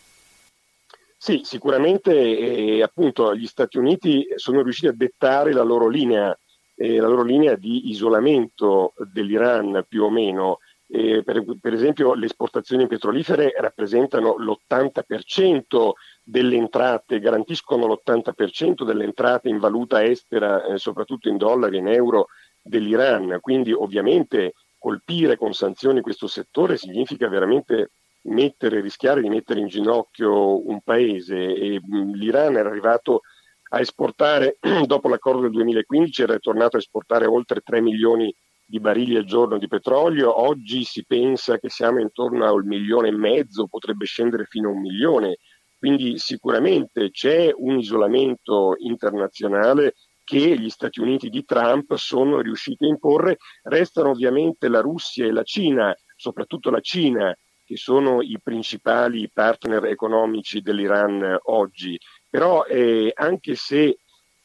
Sì, sicuramente eh, appunto gli Stati Uniti sono riusciti a dettare la loro linea, eh, la loro linea di isolamento dell'Iran più o meno. Eh, per, per esempio le esportazioni petrolifere rappresentano l'ottanta per cento delle entrate, garantiscono l'ottanta per cento delle entrate in valuta estera, eh, soprattutto in dollari e in euro dell'Iran, quindi ovviamente colpire con sanzioni questo settore significa veramente mettere, rischiare di mettere in ginocchio un paese, e mh, l'Iran era arrivato a esportare, dopo l'accordo del duemilaquindici era tornato a esportare oltre tre milioni di barili al giorno di petrolio. Oggi si pensa che siamo intorno a un milione e mezzo, potrebbe scendere fino a un milione, quindi sicuramente c'è un isolamento internazionale che gli Stati Uniti di Trump sono riusciti a imporre. Restano ovviamente la Russia e la Cina, soprattutto la Cina, che sono i principali partner economici dell'Iran oggi, però eh, anche se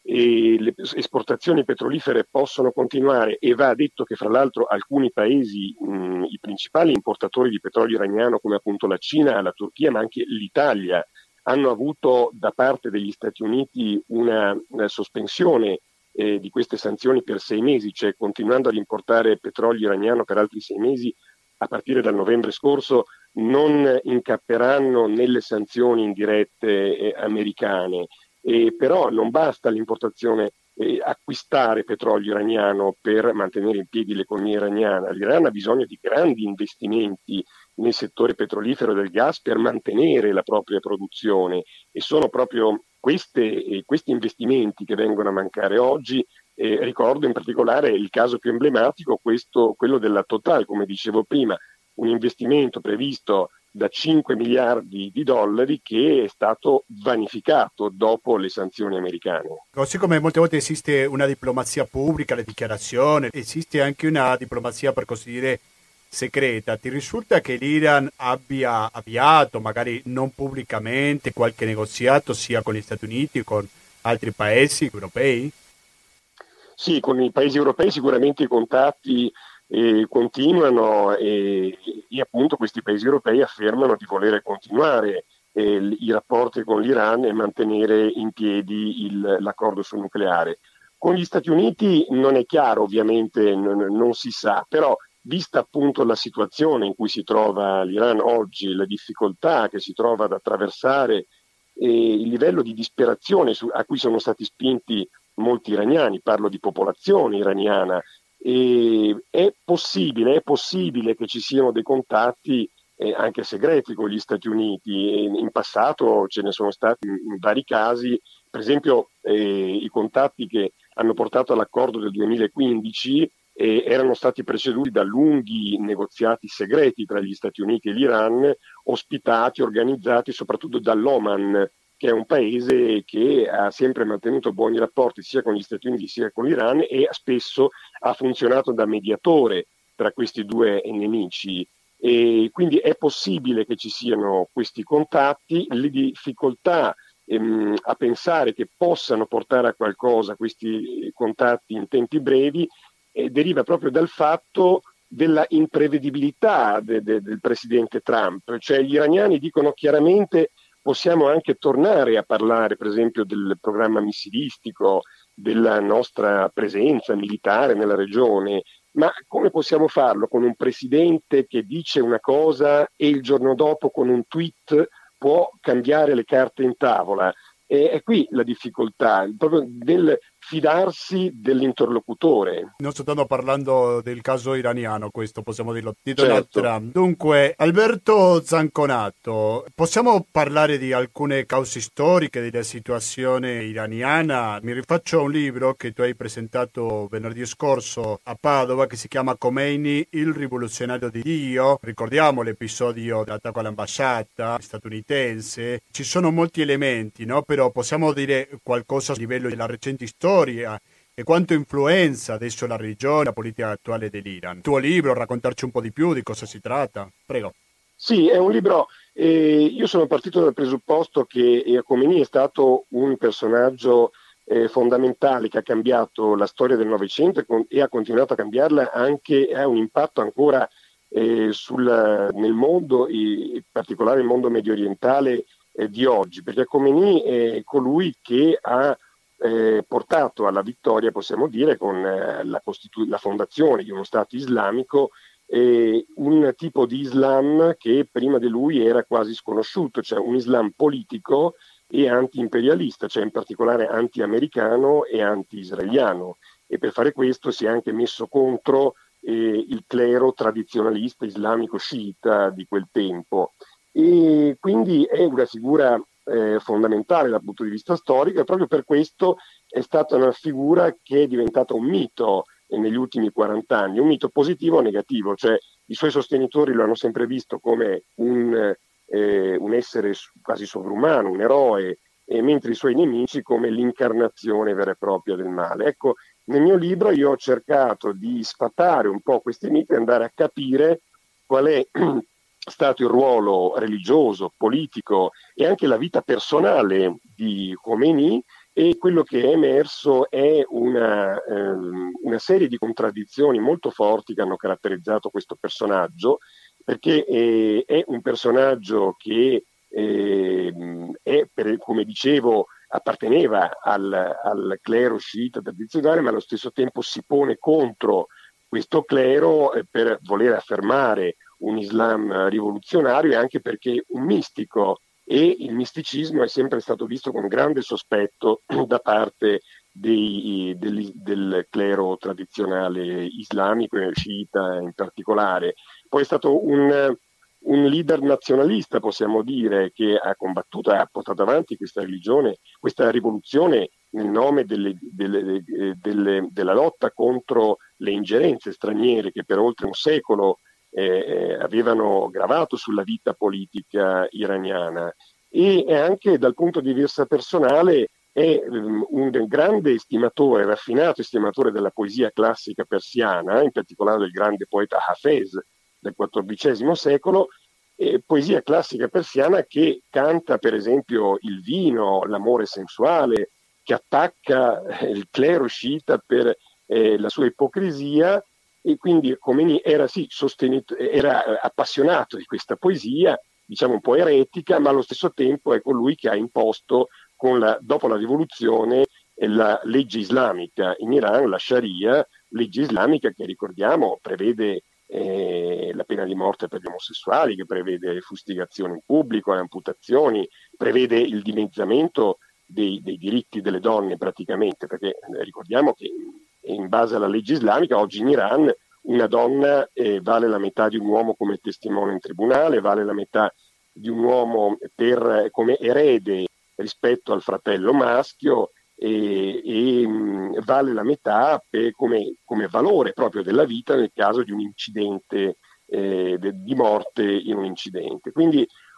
e le esportazioni petrolifere possono continuare, e va detto che fra l'altro alcuni paesi, mh, i principali importatori di petrolio iraniano come appunto la Cina, la Turchia ma anche l'Italia, hanno avuto da parte degli Stati Uniti una, una sospensione eh, di queste sanzioni per sei mesi, cioè continuando ad importare petrolio iraniano per altri sei mesi a partire dal novembre scorso, non incapperanno nelle sanzioni indirette eh, americane. Eh, però non basta l'importazione, eh, acquistare petrolio iraniano per mantenere in piedi l'economia iraniana. L'Iran ha bisogno di grandi investimenti nel settore petrolifero e del gas per mantenere la propria produzione, e sono proprio queste, eh, questi investimenti che vengono a mancare oggi. Eh, ricordo in particolare il caso più emblematico, questo, quello della Total, come dicevo prima, un investimento previsto da cinque miliardi di dollari che è stato vanificato dopo le sanzioni americane. Così come molte volte esiste una diplomazia pubblica, le dichiarazioni, esiste anche una diplomazia, per così dire, segreta. Ti risulta che l'Iran abbia avviato, magari non pubblicamente, qualche negoziato sia con gli Stati Uniti che con altri paesi europei? Sì, con i paesi europei sicuramente i contatti eh, continuano, e, e appunto questi paesi europei affermano di volere continuare eh, i rapporti con l'Iran e mantenere in piedi il, l'accordo sul nucleare. Con gli Stati Uniti non è chiaro, ovviamente non, non si sa, però vista appunto la situazione in cui si trova l'Iran oggi, le difficoltà che si trova ad attraversare e il livello di disperazione su, a cui sono stati spinti molti iraniani, parlo di popolazione iraniana, e è possibile, è possibile che ci siano dei contatti eh, anche segreti con gli Stati Uniti, e in passato ce ne sono stati in vari casi, per esempio eh, i contatti che hanno portato all'accordo del duemilaquindici eh, erano stati preceduti da lunghi negoziati segreti tra gli Stati Uniti e l'Iran, ospitati, organizzati soprattutto dall'Oman, che è un paese che ha sempre mantenuto buoni rapporti sia con gli Stati Uniti sia con l'Iran e spesso ha funzionato da mediatore tra questi due nemici. E quindi è possibile che ci siano questi contatti. Le difficoltà ehm, a pensare che possano portare a qualcosa questi contatti in tempi brevi eh, deriva proprio dal fatto della imprevedibilità de- de- del presidente Trump. Cioè gli iraniani dicono chiaramente: possiamo anche tornare a parlare per esempio del programma missilistico, della nostra presenza militare nella regione, ma come possiamo farlo con un presidente che dice una cosa e il giorno dopo con un tweet può cambiare le carte in tavola? E è qui la difficoltà, proprio del fidarsi dell'interlocutore. Non soltanto parlando del caso iraniano, questo possiamo dirlo di Donald Certo. Trump. Dunque, Alberto Zanconato, possiamo parlare di alcune cause storiche della situazione iraniana? Mi rifaccio a un libro che tu hai presentato venerdì scorso a Padova, che si chiama Khomeini, il rivoluzionario di Dio. Ricordiamo l'episodio dell'attacco all'ambasciata statunitense. Ci sono molti elementi, no? Però possiamo dire qualcosa a livello della recente storia e quanto influenza adesso la religione, la politica attuale dell'Iran. Il tuo libro, raccontarci un po' di più di cosa si tratta? Prego. Sì, è un libro, eh, io sono partito dal presupposto che Khomeini è stato un personaggio eh, fondamentale che ha cambiato la storia del Novecento e, con, e ha continuato a cambiarla, anche ha un impatto ancora eh, sul, nel mondo, in particolare nel mondo medio orientale eh, di oggi, perché Khomeini è colui che ha Eh, portato alla vittoria, possiamo dire, con eh, la, costitu- la fondazione di uno Stato islamico, eh, un tipo di Islam che prima di lui era quasi sconosciuto, cioè un Islam politico e anti-imperialista, cioè in particolare anti-americano e anti-israeliano. E per fare questo si è anche messo contro eh, il clero tradizionalista islamico sciita di quel tempo. E quindi è una figura Eh, fondamentale dal punto di vista storico e proprio per questo è stata una figura che è diventata un mito eh, negli ultimi quaranta anni, un mito positivo o negativo, cioè i suoi sostenitori lo hanno sempre visto come un, eh, un essere quasi sovrumano, un eroe, e mentre i suoi nemici come l'incarnazione vera e propria del male. Ecco, nel mio libro io ho cercato di sfatare un po' questi miti e andare a capire qual è stato il ruolo religioso, politico e anche la vita personale di Khomeini, e quello che è emerso è una, ehm, una serie di contraddizioni molto forti che hanno caratterizzato questo personaggio, perché eh, è un personaggio che eh, è, per, come dicevo, apparteneva al, al clero sciita tradizionale, ma allo stesso tempo si pone contro questo clero eh, per voler affermare un Islam rivoluzionario, e anche perché un mistico, e il misticismo è sempre stato visto con grande sospetto da parte dei, del, del clero tradizionale islamico e sciita in particolare. Poi è stato un, un leader nazionalista, possiamo dire, che ha combattuto e ha portato avanti questa religione, questa rivoluzione nel nome delle, delle, delle, della lotta contro le ingerenze straniere che per oltre un secolo Eh, avevano gravato sulla vita politica iraniana. E anche dal punto di vista personale è um, un grande estimatore, raffinato estimatore della poesia classica persiana, in particolare del grande poeta Hafez del quattordicesimo secolo, eh, poesia classica persiana che canta per esempio il vino, l'amore sensuale, che attacca eh, il clero sciita per eh, la sua ipocrisia. E quindi Khomeini era sì sostenuto, era appassionato di questa poesia, diciamo un po' eretica, ma allo stesso tempo è colui che ha imposto con la, dopo la rivoluzione la legge islamica in Iran, la Sharia, legge islamica che ricordiamo prevede eh, la pena di morte per gli omosessuali, che prevede fustigazioni in pubblico, le amputazioni, prevede il dimezzamento dei, dei diritti delle donne praticamente, perché eh, ricordiamo che in base alla legge islamica oggi in Iran una donna eh, vale la metà di un uomo come testimone in tribunale, vale la metà di un uomo per, come erede rispetto al fratello maschio, e, e mh, vale la metà per, come, come valore proprio della vita nel caso di un incidente, eh, de, di morte in un incidente. Quindi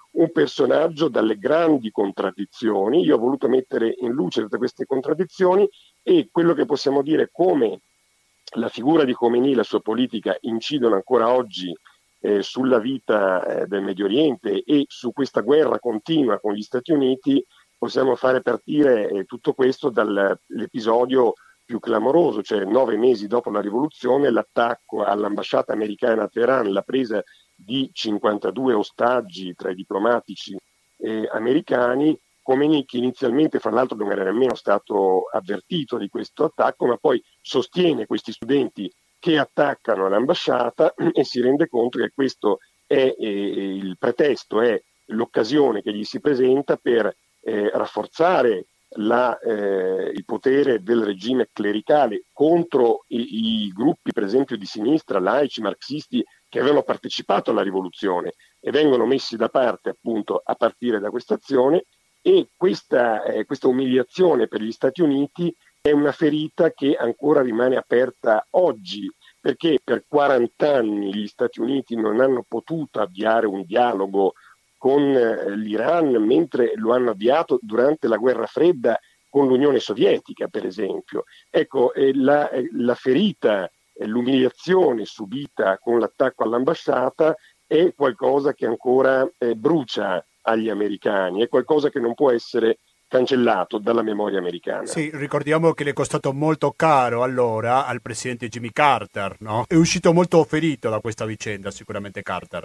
un personaggio dalle grandi contraddizioni. Io ho voluto mettere in luce tutte queste contraddizioni e quello che possiamo dire come la figura di Khomeini e la sua politica incidono ancora oggi eh, sulla vita eh, del Medio Oriente e su questa guerra continua con gli Stati Uniti. Possiamo fare partire eh, tutto questo dall'episodio più clamoroso, cioè nove mesi dopo la rivoluzione, l'attacco all'ambasciata americana a Teheran, la presa di cinquantadue ostaggi tra i diplomatici eh, americani. Khomeini, che inizialmente fra l'altro non era nemmeno stato avvertito di questo attacco, ma poi sostiene questi studenti che attaccano l'ambasciata e si rende conto che questo è eh, il pretesto, è l'occasione che gli si presenta per eh, rafforzare La, eh, il potere del regime clericale contro i, i gruppi, per esempio, di sinistra, laici, marxisti, che avevano partecipato alla rivoluzione e vengono messi da parte appunto a partire da questa azione. E questa, eh, questa umiliazione per gli Stati Uniti è una ferita che ancora rimane aperta oggi, perché per quaranta anni gli Stati Uniti non hanno potuto avviare un dialogo con l'Iran, mentre lo hanno avviato durante la guerra fredda con l'Unione Sovietica, per esempio. Ecco, eh, la, eh, la ferita, eh, l'umiliazione subita con l'attacco all'ambasciata è qualcosa che ancora eh, brucia agli americani, è qualcosa che non può essere cancellato dalla memoria americana. Sì, ricordiamo che le è costato molto caro allora al presidente Jimmy Carter, no? È uscito molto ferito da questa vicenda, sicuramente Carter.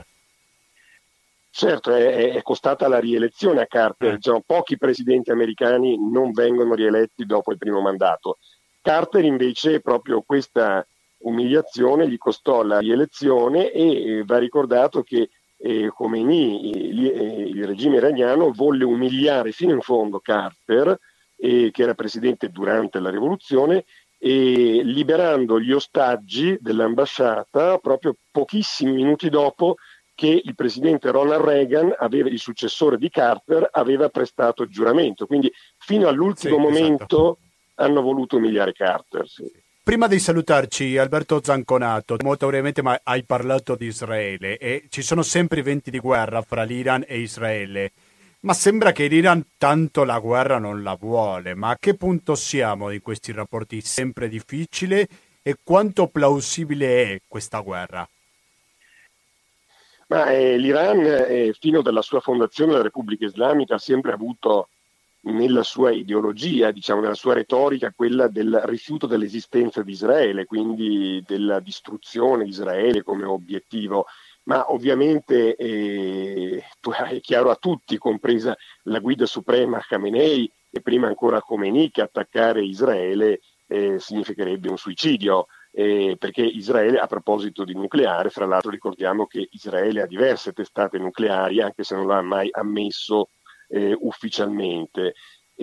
Certo, è, è costata la rielezione a Carter. Diciamo, pochi presidenti americani non vengono rieletti dopo il primo mandato. Carter invece proprio questa umiliazione gli costò la rielezione e eh, va ricordato che eh, Khomeini, eh, il regime iraniano, volle umiliare fino in fondo Carter, eh, che era presidente durante la rivoluzione, e liberando gli ostaggi dell'ambasciata proprio pochissimi minuti dopo che il presidente Ronald Reagan, aveva, il successore di Carter, aveva prestato giuramento. Quindi fino all'ultimo sì, momento esatto. hanno voluto umiliare Carter. Sì. Prima di salutarci, Alberto Zanconato, molto brevemente, ma hai parlato di Israele e ci sono sempre venti di guerra fra l'Iran e Israele. Ma sembra che l'Iran tanto la guerra non la vuole. Ma a che punto siamo in questi rapporti sempre difficili e quanto plausibile è questa guerra? Ma eh, l'Iran, eh, fino dalla sua fondazione, la Repubblica Islamica, ha sempre avuto nella sua ideologia, diciamo, nella sua retorica, quella del rifiuto dell'esistenza di Israele, quindi della distruzione di Israele come obiettivo. Ma ovviamente eh, è chiaro a tutti, compresa la guida suprema Khamenei e prima ancora Khomeini, che attaccare Israele eh, significherebbe un suicidio. Eh, perché Israele, a proposito di nucleare, fra l'altro ricordiamo che Israele ha diverse testate nucleari, anche se non l'ha mai ammesso eh, ufficialmente.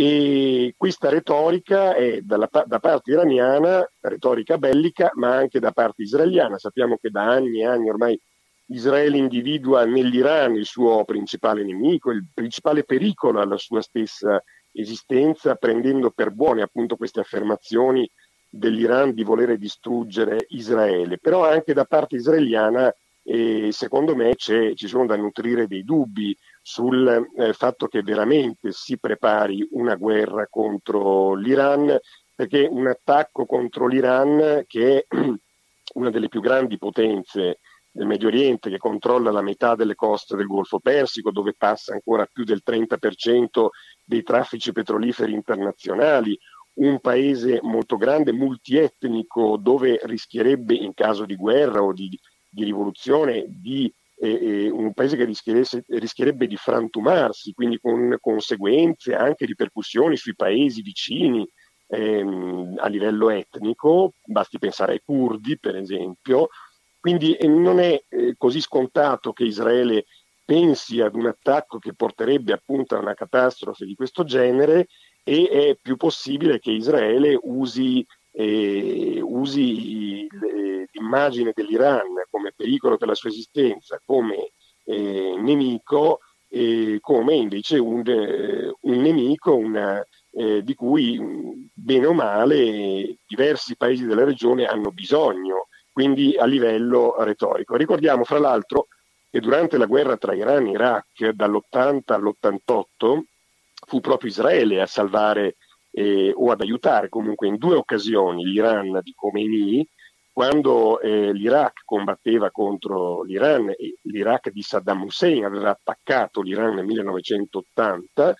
E questa retorica è dalla, da parte iraniana, retorica bellica, ma anche da parte israeliana. Sappiamo che da anni e anni ormai Israele individua nell'Iran il suo principale nemico, il principale pericolo alla sua stessa esistenza, prendendo per buone appunto queste affermazioni dell'Iran di volere distruggere Israele. Però anche da parte israeliana eh, secondo me c'è, ci sono da nutrire dei dubbi sul eh, fatto che veramente si prepari una guerra contro l'Iran, perché un attacco contro l'Iran, che è una delle più grandi potenze del Medio Oriente, che controlla la metà delle coste del Golfo Persico, dove passa ancora più del trenta per cento dei traffici petroliferi internazionali, un paese molto grande, multietnico, dove rischierebbe in caso di guerra o di, di rivoluzione, di, eh, un paese che rischierebbe di frantumarsi, quindi con conseguenze, anche ripercussioni sui paesi vicini ehm, a livello etnico, basti pensare ai curdi per esempio. Quindi eh, non è eh, così scontato che Israele pensi ad un attacco che porterebbe appunto a una catastrofe di questo genere, e è più possibile che Israele usi, eh, usi l'immagine dell'Iran come pericolo per la sua esistenza, come eh, nemico, eh, come invece un, eh, un nemico una, eh, di cui bene o male diversi paesi della regione hanno bisogno, quindi a livello retorico. Ricordiamo fra l'altro e durante la guerra tra Iran e Iraq dall'ottanta all'ottantotto fu proprio Israele a salvare eh, o ad aiutare comunque in due occasioni l'Iran di Khomeini, quando eh, l'Iraq combatteva contro l'Iran e l'Iraq di Saddam Hussein aveva attaccato l'Iran nel millenovecentottanta,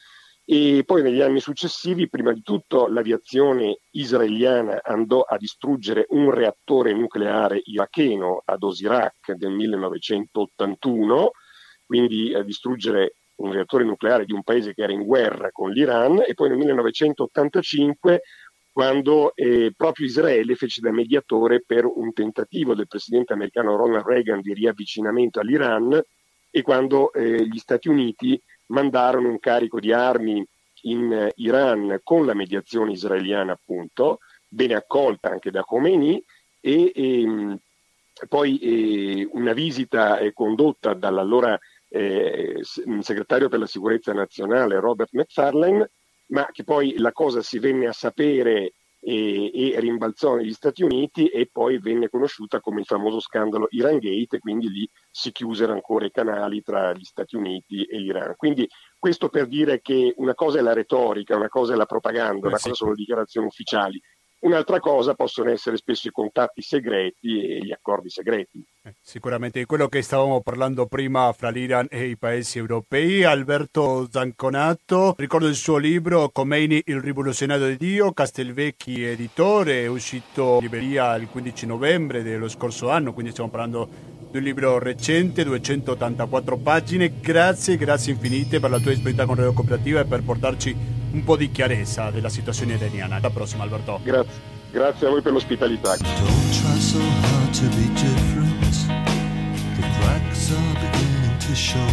e poi negli anni successivi prima di tutto l'aviazione israeliana andò a distruggere un reattore nucleare iracheno ad Osirak del millenovecentottantuno, quindi a distruggere un reattore nucleare di un paese che era in guerra con l'Iran, e poi nel millenovecentottantacinque quando eh, proprio Israele fece da mediatore per un tentativo del presidente americano Ronald Reagan di riavvicinamento all'Iran, e quando eh, gli Stati Uniti mandarono un carico di armi in eh, Iran con la mediazione israeliana, appunto, bene accolta anche da Khomeini, e, e poi eh, una visita eh, condotta dall'allora eh, segretario per la sicurezza nazionale Robert McFarlane, ma che poi la cosa si venne a sapere e, e rimbalzò negli Stati Uniti, e poi venne conosciuta come il famoso scandalo Irangate, e quindi lì si chiusero ancora i canali tra gli Stati Uniti e l'Iran. Quindi questo per dire che una cosa è la retorica, una cosa è la propaganda, una cosa sono le dichiarazioni ufficiali. Un'altra cosa possono essere spesso i contatti segreti e gli accordi segreti. Eh, sicuramente di quello che stavamo parlando prima fra l'Iran e i paesi europei. Alberto Zanconato, ricordo il suo libro Khomeini, il rivoluzionario di Dio, Castelvecchi editore, è uscito in libreria il quindici novembre dello scorso anno, quindi stiamo parlando di un libro recente, duecentottantaquattro pagine. Grazie, grazie infinite per la tua disponibilità con Radio Cooperativa e per portarci un po' di chiarezza della situazione iraniana. Alla prossima, Alberto. Grazie, grazie a voi per l'ospitalità. Don't try so hard to be different. The cracks are beginning to show.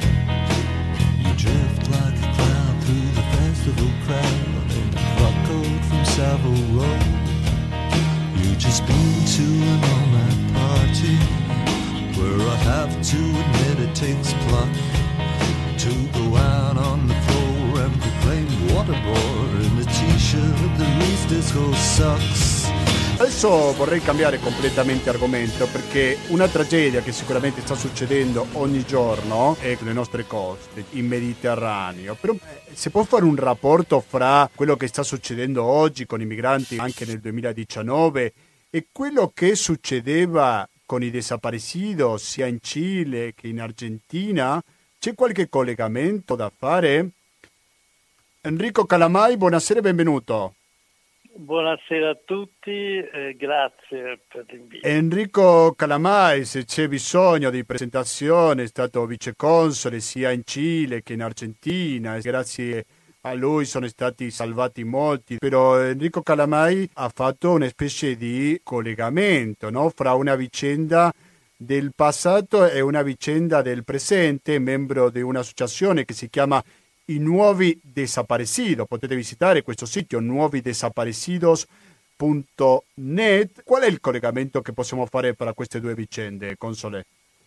You drift like a cloud through the festival crowd in a frock coat from Savile Row. You just been to an all-night party where I have to admit it takes pluck to go out on the floor and proclaim waterboard in a t-shirt that reads disco sucks. Adesso vorrei cambiare completamente argomento, perché una tragedia che sicuramente sta succedendo ogni giorno è sulle nostre coste, in Mediterraneo. Però si può fare un rapporto fra quello che sta succedendo oggi con i migranti anche nel duemiladiciannove e quello che succedeva con i desaparecidos sia in Cile che in Argentina? C'è qualche collegamento da fare? Enrico Calamai, buonasera e benvenuto. Buonasera a tutti e grazie per l'invito. Enrico Calamai, se c'è bisogno di presentazione, è stato viceconsole sia in Cile che in Argentina, e grazie a lui sono stati salvati molti, però Enrico Calamai ha fatto una specie di collegamento, no? Fra una vicenda del passato e una vicenda del presente, membro di un'associazione che si chiama I Nuovi Desaparecidos. Potete visitare questo sito nuovi desaparecidos punto net. Qual è il collegamento che possiamo fare fra queste due vicende, console?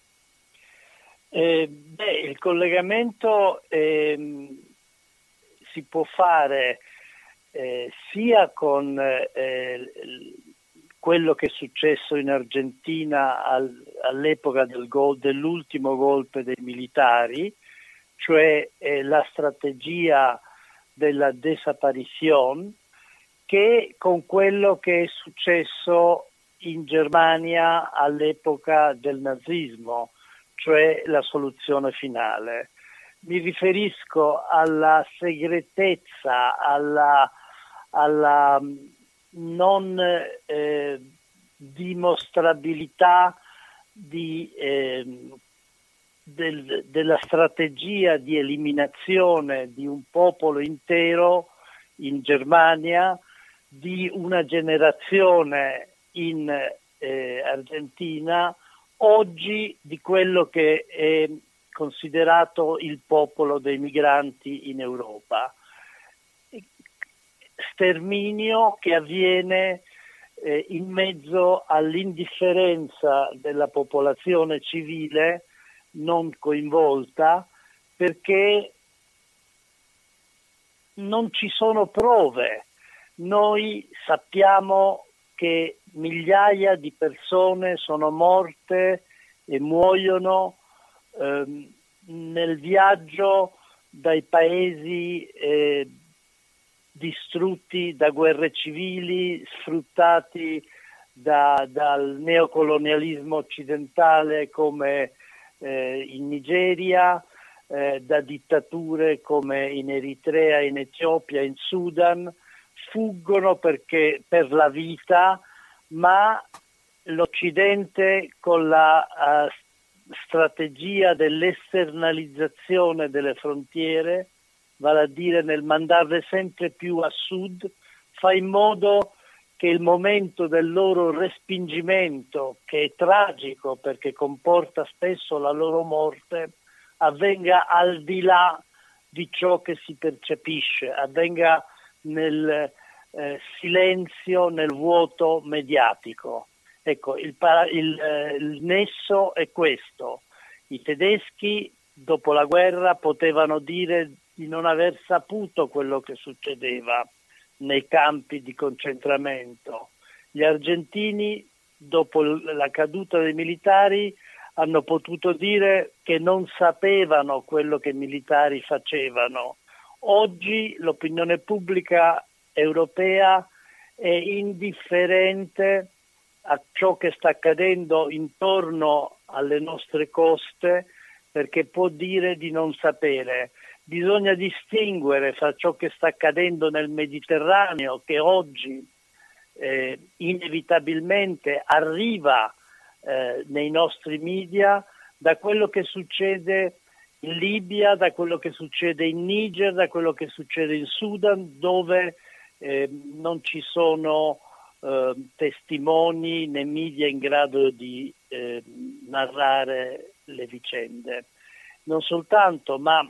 Eh, beh, il collegamento eh, si può fare eh, sia con eh, quello che è successo in Argentina al, all'epoca del gol, dell'ultimo golpe dei militari, cioè eh, la strategia della desaparición, che con quello che è successo in Germania all'epoca del nazismo, cioè la soluzione finale. Mi riferisco alla segretezza, alla, alla non eh, dimostrabilità di, eh, del, della strategia di eliminazione di un popolo intero in Germania, di una generazione in eh, Argentina, oggi di quello che è considerato il popolo dei migranti in Europa. Sterminio che avviene eh, in mezzo all'indifferenza della popolazione civile non coinvolta, perché non ci sono prove. Noi sappiamo che migliaia di persone sono morte e muoiono ehm, nel viaggio dai paesi eh, distrutti da guerre civili, sfruttati da, dal neocolonialismo occidentale come eh, in Nigeria, eh, da dittature come in Eritrea, in Etiopia, in Sudan, fuggono perché per la vita, ma l'Occidente con la uh, strategia dell'esternalizzazione delle frontiere, vale a dire nel mandarle sempre più a sud, fa in modo che il momento del loro respingimento, che è tragico perché comporta spesso la loro morte, avvenga al di là di ciò che si percepisce, avvenga nel eh, silenzio, nel vuoto mediatico. Ecco, il, il, eh, il nesso è questo. I tedeschi dopo la guerra potevano dire di non aver saputo quello che succedeva nei campi di concentramento. Gli argentini, dopo la caduta dei militari, hanno potuto dire che non sapevano quello che i militari facevano. Oggi l'opinione pubblica europea è indifferente a ciò che sta accadendo intorno alle nostre coste, perché può dire di non sapere. Bisogna distinguere fra ciò che sta accadendo nel Mediterraneo, che oggi eh, inevitabilmente arriva eh, nei nostri media, da quello che succede in Libia, da quello che succede in Niger, da quello che succede in Sudan, dove eh, non ci sono eh, testimoni né media in grado di eh, narrare le vicende. Non soltanto, ma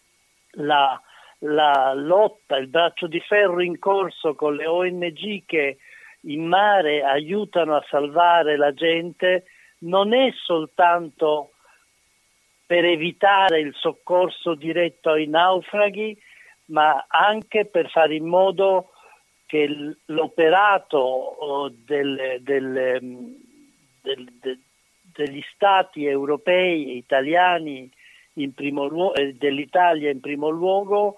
la, la lotta, il braccio di ferro in corso con le O N G che in mare aiutano a salvare la gente, non è soltanto per evitare il soccorso diretto ai naufraghi, ma anche per fare in modo che l'operato del, del, del, del, degli stati europei e italiani in primo luogo, dell'Italia in primo luogo,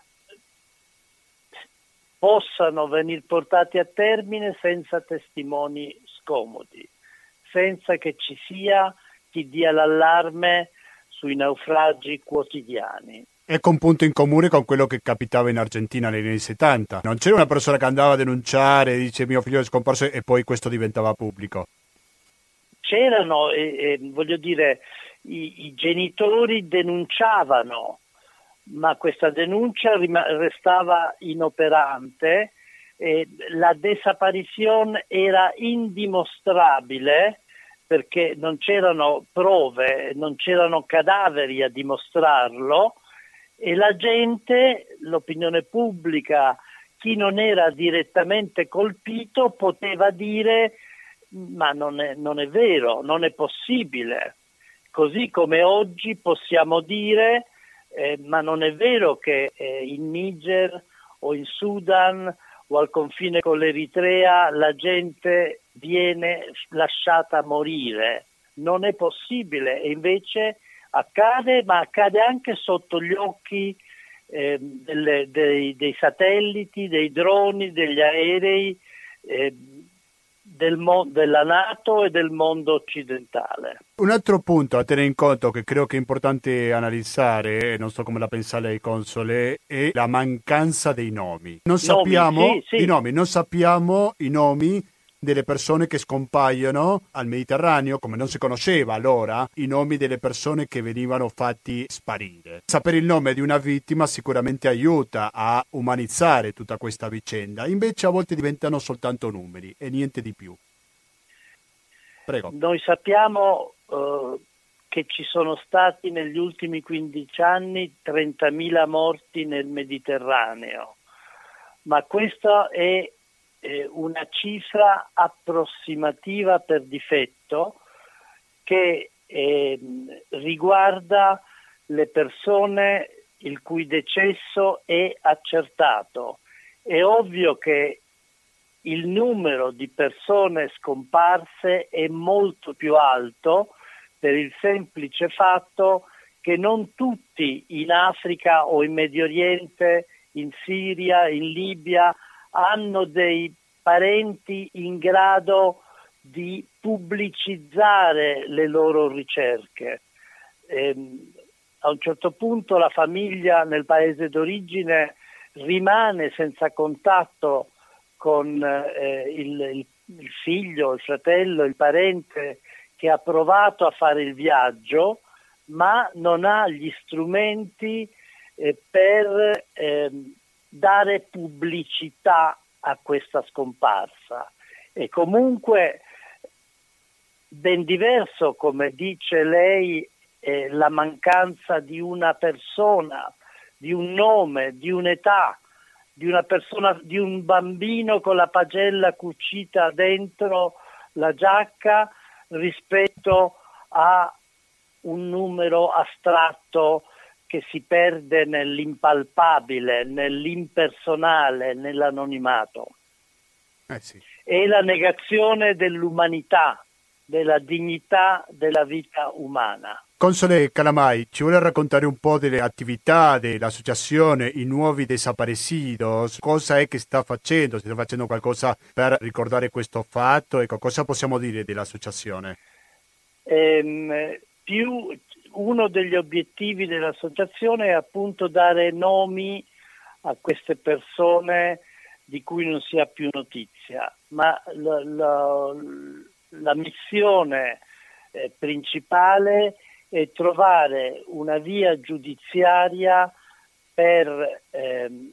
possano venire portati a termine senza testimoni scomodi, senza che ci sia chi dia l'allarme sui naufragi quotidiani. Ecco un punto in comune con quello che capitava in Argentina negli anni settanta. Non c'era una persona che andava a denunciare, dice mio figlio è scomparso e poi questo diventava pubblico. C'erano, eh, eh, voglio dire, i, i genitori denunciavano, ma questa denuncia rim- restava inoperante, eh, la desaparizione era indimostrabile perché non c'erano prove, non c'erano cadaveri a dimostrarlo, e la gente, l'opinione pubblica, chi non era direttamente colpito poteva dire ma non è, non è vero, non è possibile. Così come oggi possiamo dire eh, ma non è vero che eh, in Niger o in Sudan o al confine con l'Eritrea la gente viene lasciata morire. Non è possibile, e invece accade, ma accade anche sotto gli occhi eh, delle, dei, dei satelliti, dei droni, degli aerei, eh, del mo- della NATO e del mondo occidentale. Un altro punto a tenere in conto che credo che è importante analizzare, non so come la pensa lei console, è la mancanza dei nomi. Non Nomi, sappiamo sì, sì. i nomi, non sappiamo i nomi delle persone che scompaiono al Mediterraneo, come non si conosceva allora i nomi delle persone che venivano fatti sparire. Sapere il nome di una vittima sicuramente aiuta a umanizzare tutta questa vicenda, invece a volte diventano soltanto numeri e niente di più. Prego. Noi sappiamo eh, che ci sono stati negli ultimi quindici anni trentamila morti nel Mediterraneo, ma questa è una cifra approssimativa per difetto che eh, riguarda le persone il cui decesso è accertato. È ovvio che il numero di persone scomparse è molto più alto per il semplice fatto che non tutti in Africa o in Medio Oriente, in Siria, in Libia, hanno dei parenti in grado di pubblicizzare le loro ricerche. Ehm, a un certo punto la famiglia nel paese d'origine rimane senza contatto con eh, il, il, il figlio, il fratello, il parente che ha provato a fare il viaggio, ma non ha gli strumenti eh, per eh, dare pubblicità a questa scomparsa. E comunque ben diverso, come dice lei, eh, la mancanza di una persona, di un nome, di un'età, di una persona, di un bambino con la pagella cucita dentro la giacca rispetto a un numero astratto che si perde nell'impalpabile, nell'impersonale, nell'anonimato. Eh sì. È la negazione dell'umanità, della dignità della vita umana. Console Calamai, ci vuole raccontare un po' delle attività dell'associazione I Nuovi Desaparecidos? Cosa è che sta facendo? Si sta facendo qualcosa per ricordare questo fatto? Ecco, cosa possiamo dire dell'associazione? Ehm, più uno degli obiettivi dell'associazione è appunto dare nomi a queste persone di cui non si ha più notizia, ma la, la, la missione eh, principale è trovare una via giudiziaria per ehm,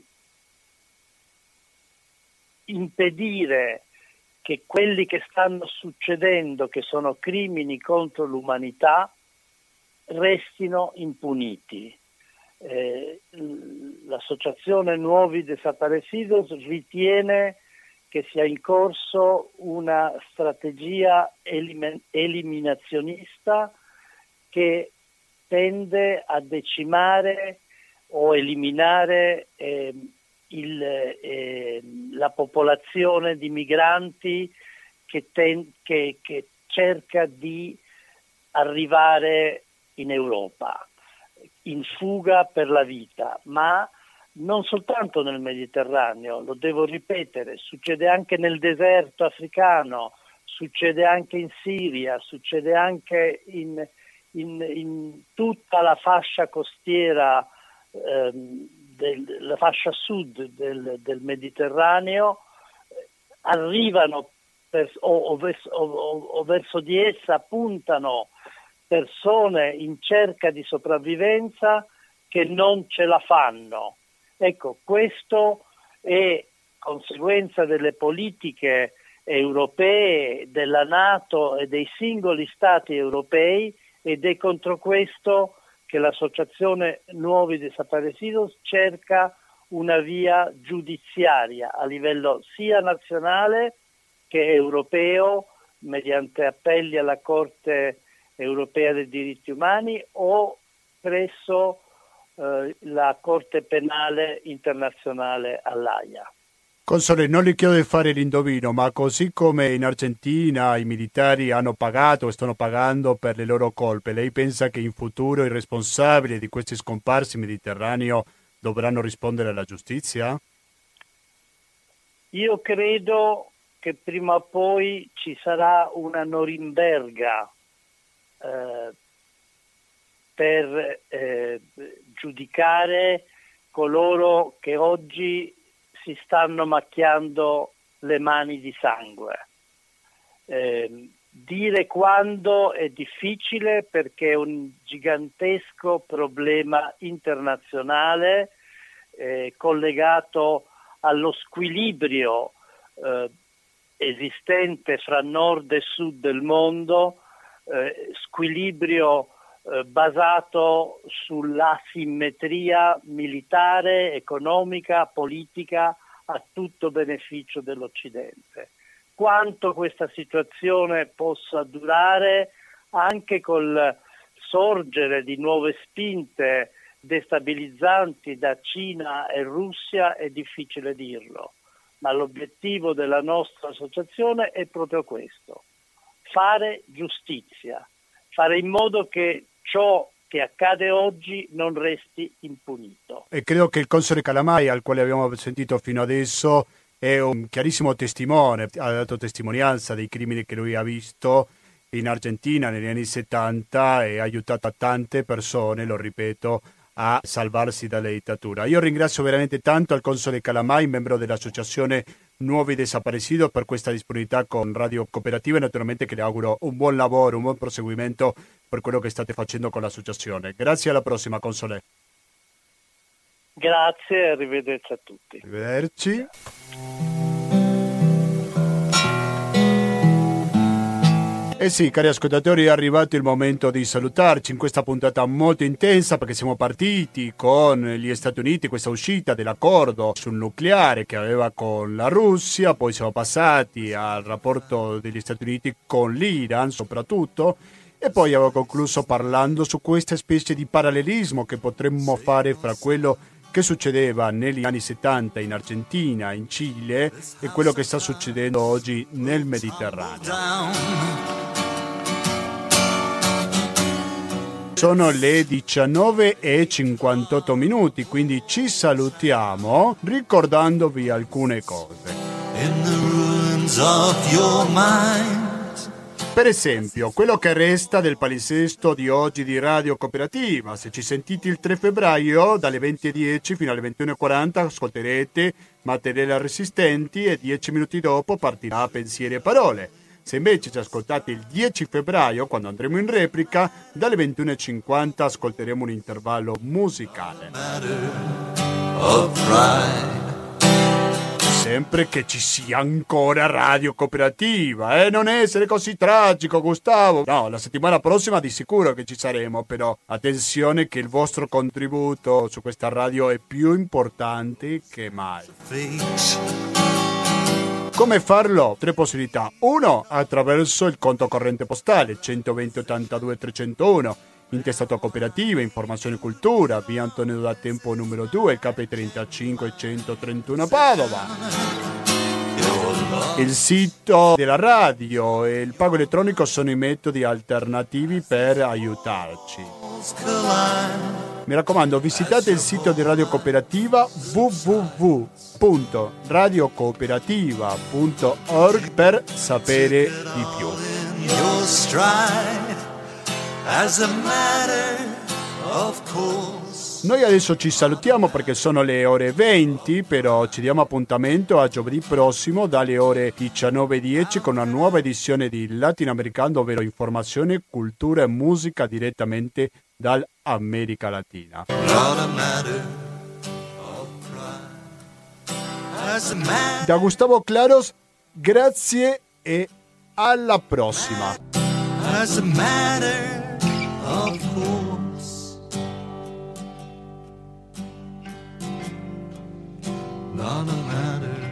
impedire che quelli che stanno succedendo, che sono crimini contro l'umanità, restino impuniti. Eh, l'associazione Nuovi Desaparecidos ritiene che sia in corso una strategia elim- eliminazionista che tende a decimare o eliminare eh, il, eh, la popolazione di migranti che, ten- che, che cerca di arrivare in Europa, in fuga per la vita, ma non soltanto nel Mediterraneo, lo devo ripetere, succede anche nel deserto africano, succede anche in Siria, succede anche in, in, in tutta la fascia costiera, ehm, del, la fascia sud del, del Mediterraneo, arrivano per, o, o, verso, o, o verso di essa puntano persone in cerca di sopravvivenza che non ce la fanno. Ecco, questo è conseguenza delle politiche europee, della NATO e dei singoli stati europei, ed è contro questo che l'associazione Nuovi Desaparecidos cerca una via giudiziaria a livello sia nazionale che europeo, mediante appelli alla Corte europea dei diritti umani o presso eh, la Corte penale internazionale all'Aia. Console, non le chiedo di fare l'indovino, ma così come in Argentina i militari hanno pagato e stanno pagando per le loro colpe, lei pensa che in futuro i responsabili di questi scomparsi in Mediterraneo dovranno rispondere alla giustizia? Io credo che prima o poi ci sarà una Norimberga eh, per eh, giudicare coloro che oggi si stanno macchiando le mani di sangue. Eh, dire quando è difficile perché è un gigantesco problema internazionale eh, collegato allo squilibrio eh, esistente fra nord e sud del mondo, eh, squilibrio eh, basato sull'asimmetria militare, economica, politica a tutto beneficio dell'Occidente. Quanto questa situazione possa durare, anche col sorgere di nuove spinte destabilizzanti da Cina e Russia, è difficile dirlo. Ma l'obiettivo della nostra associazione è proprio questo: fare giustizia, fare in modo che ciò che accade oggi non resti impunito. E credo che il console Calamai, al quale abbiamo sentito fino adesso, è un chiarissimo testimone, ha dato testimonianza dei crimini che lui ha visto in Argentina negli anni settanta e ha aiutato a tante persone, lo ripeto, a salvarsi dalla dittatura. Io ringrazio veramente tanto al console Calamai, membro dell'associazione Nuovi Desaparecidos, per questa disponibilità con Radio Cooperativa, e naturalmente che le auguro un buon lavoro, un buon proseguimento per quello che state facendo con l'associazione. Grazie, alla prossima, console. Grazie e arrivederci a tutti. Arrivederci. Eh sì, cari ascoltatori, è arrivato il momento di salutarci in questa puntata molto intensa, perché siamo partiti con gli Stati Uniti, questa uscita dell'accordo sul nucleare che aveva con la Russia, poi siamo passati al rapporto degli Stati Uniti con l'Iran soprattutto, e poi avevo concluso parlando su questa specie di parallelismo che potremmo fare fra quello che succedeva negli anni settanta in Argentina, in Cile, e quello che sta succedendo oggi nel Mediterraneo. Sono le diciannove e cinquantotto minuti, quindi ci salutiamo ricordandovi alcune cose. In the ruins of your mind. Per esempio, quello che resta del palinsesto di oggi di Radio Cooperativa. Se ci sentite il tre febbraio, dalle venti e dieci fino alle ventuno e quaranta, ascolterete Materiali Resistenti e dieci minuti dopo partirà Pensieri e Parole. Se invece ci ascoltate il dieci febbraio, quando andremo in replica, dalle ventuno e cinquanta ascolteremo un intervallo musicale. Sempre che ci sia ancora Radio Cooperativa, eh? Non essere così tragico, Gustavo. No, la settimana prossima di sicuro che ci saremo, però attenzione che il vostro contributo su questa radio è più importante che mai. Come farlo? Tre possibilità. Uno, attraverso il conto corrente postale centoventi ottantadue trecentouno, intestato a Cooperativa, Informazione e Cultura, via Antonio da Tempo numero due, K trentacinque centotrentuno Padova. Il sito della radio e il pago elettronico sono i metodi alternativi per aiutarci. Mi raccomando, visitate il sito di Radio Cooperativa w w w punto radio cooperativa punto org per sapere di più. Noi adesso ci salutiamo perché sono le ore venti, però ci diamo appuntamento a giovedì prossimo dalle ore diciannove e dieci con una nuova edizione di Latinoamericano, ovvero informazione, cultura e musica direttamente dall'America Latina. Da Gustavo Claros, grazie e alla prossima. As a matter of course, not a matter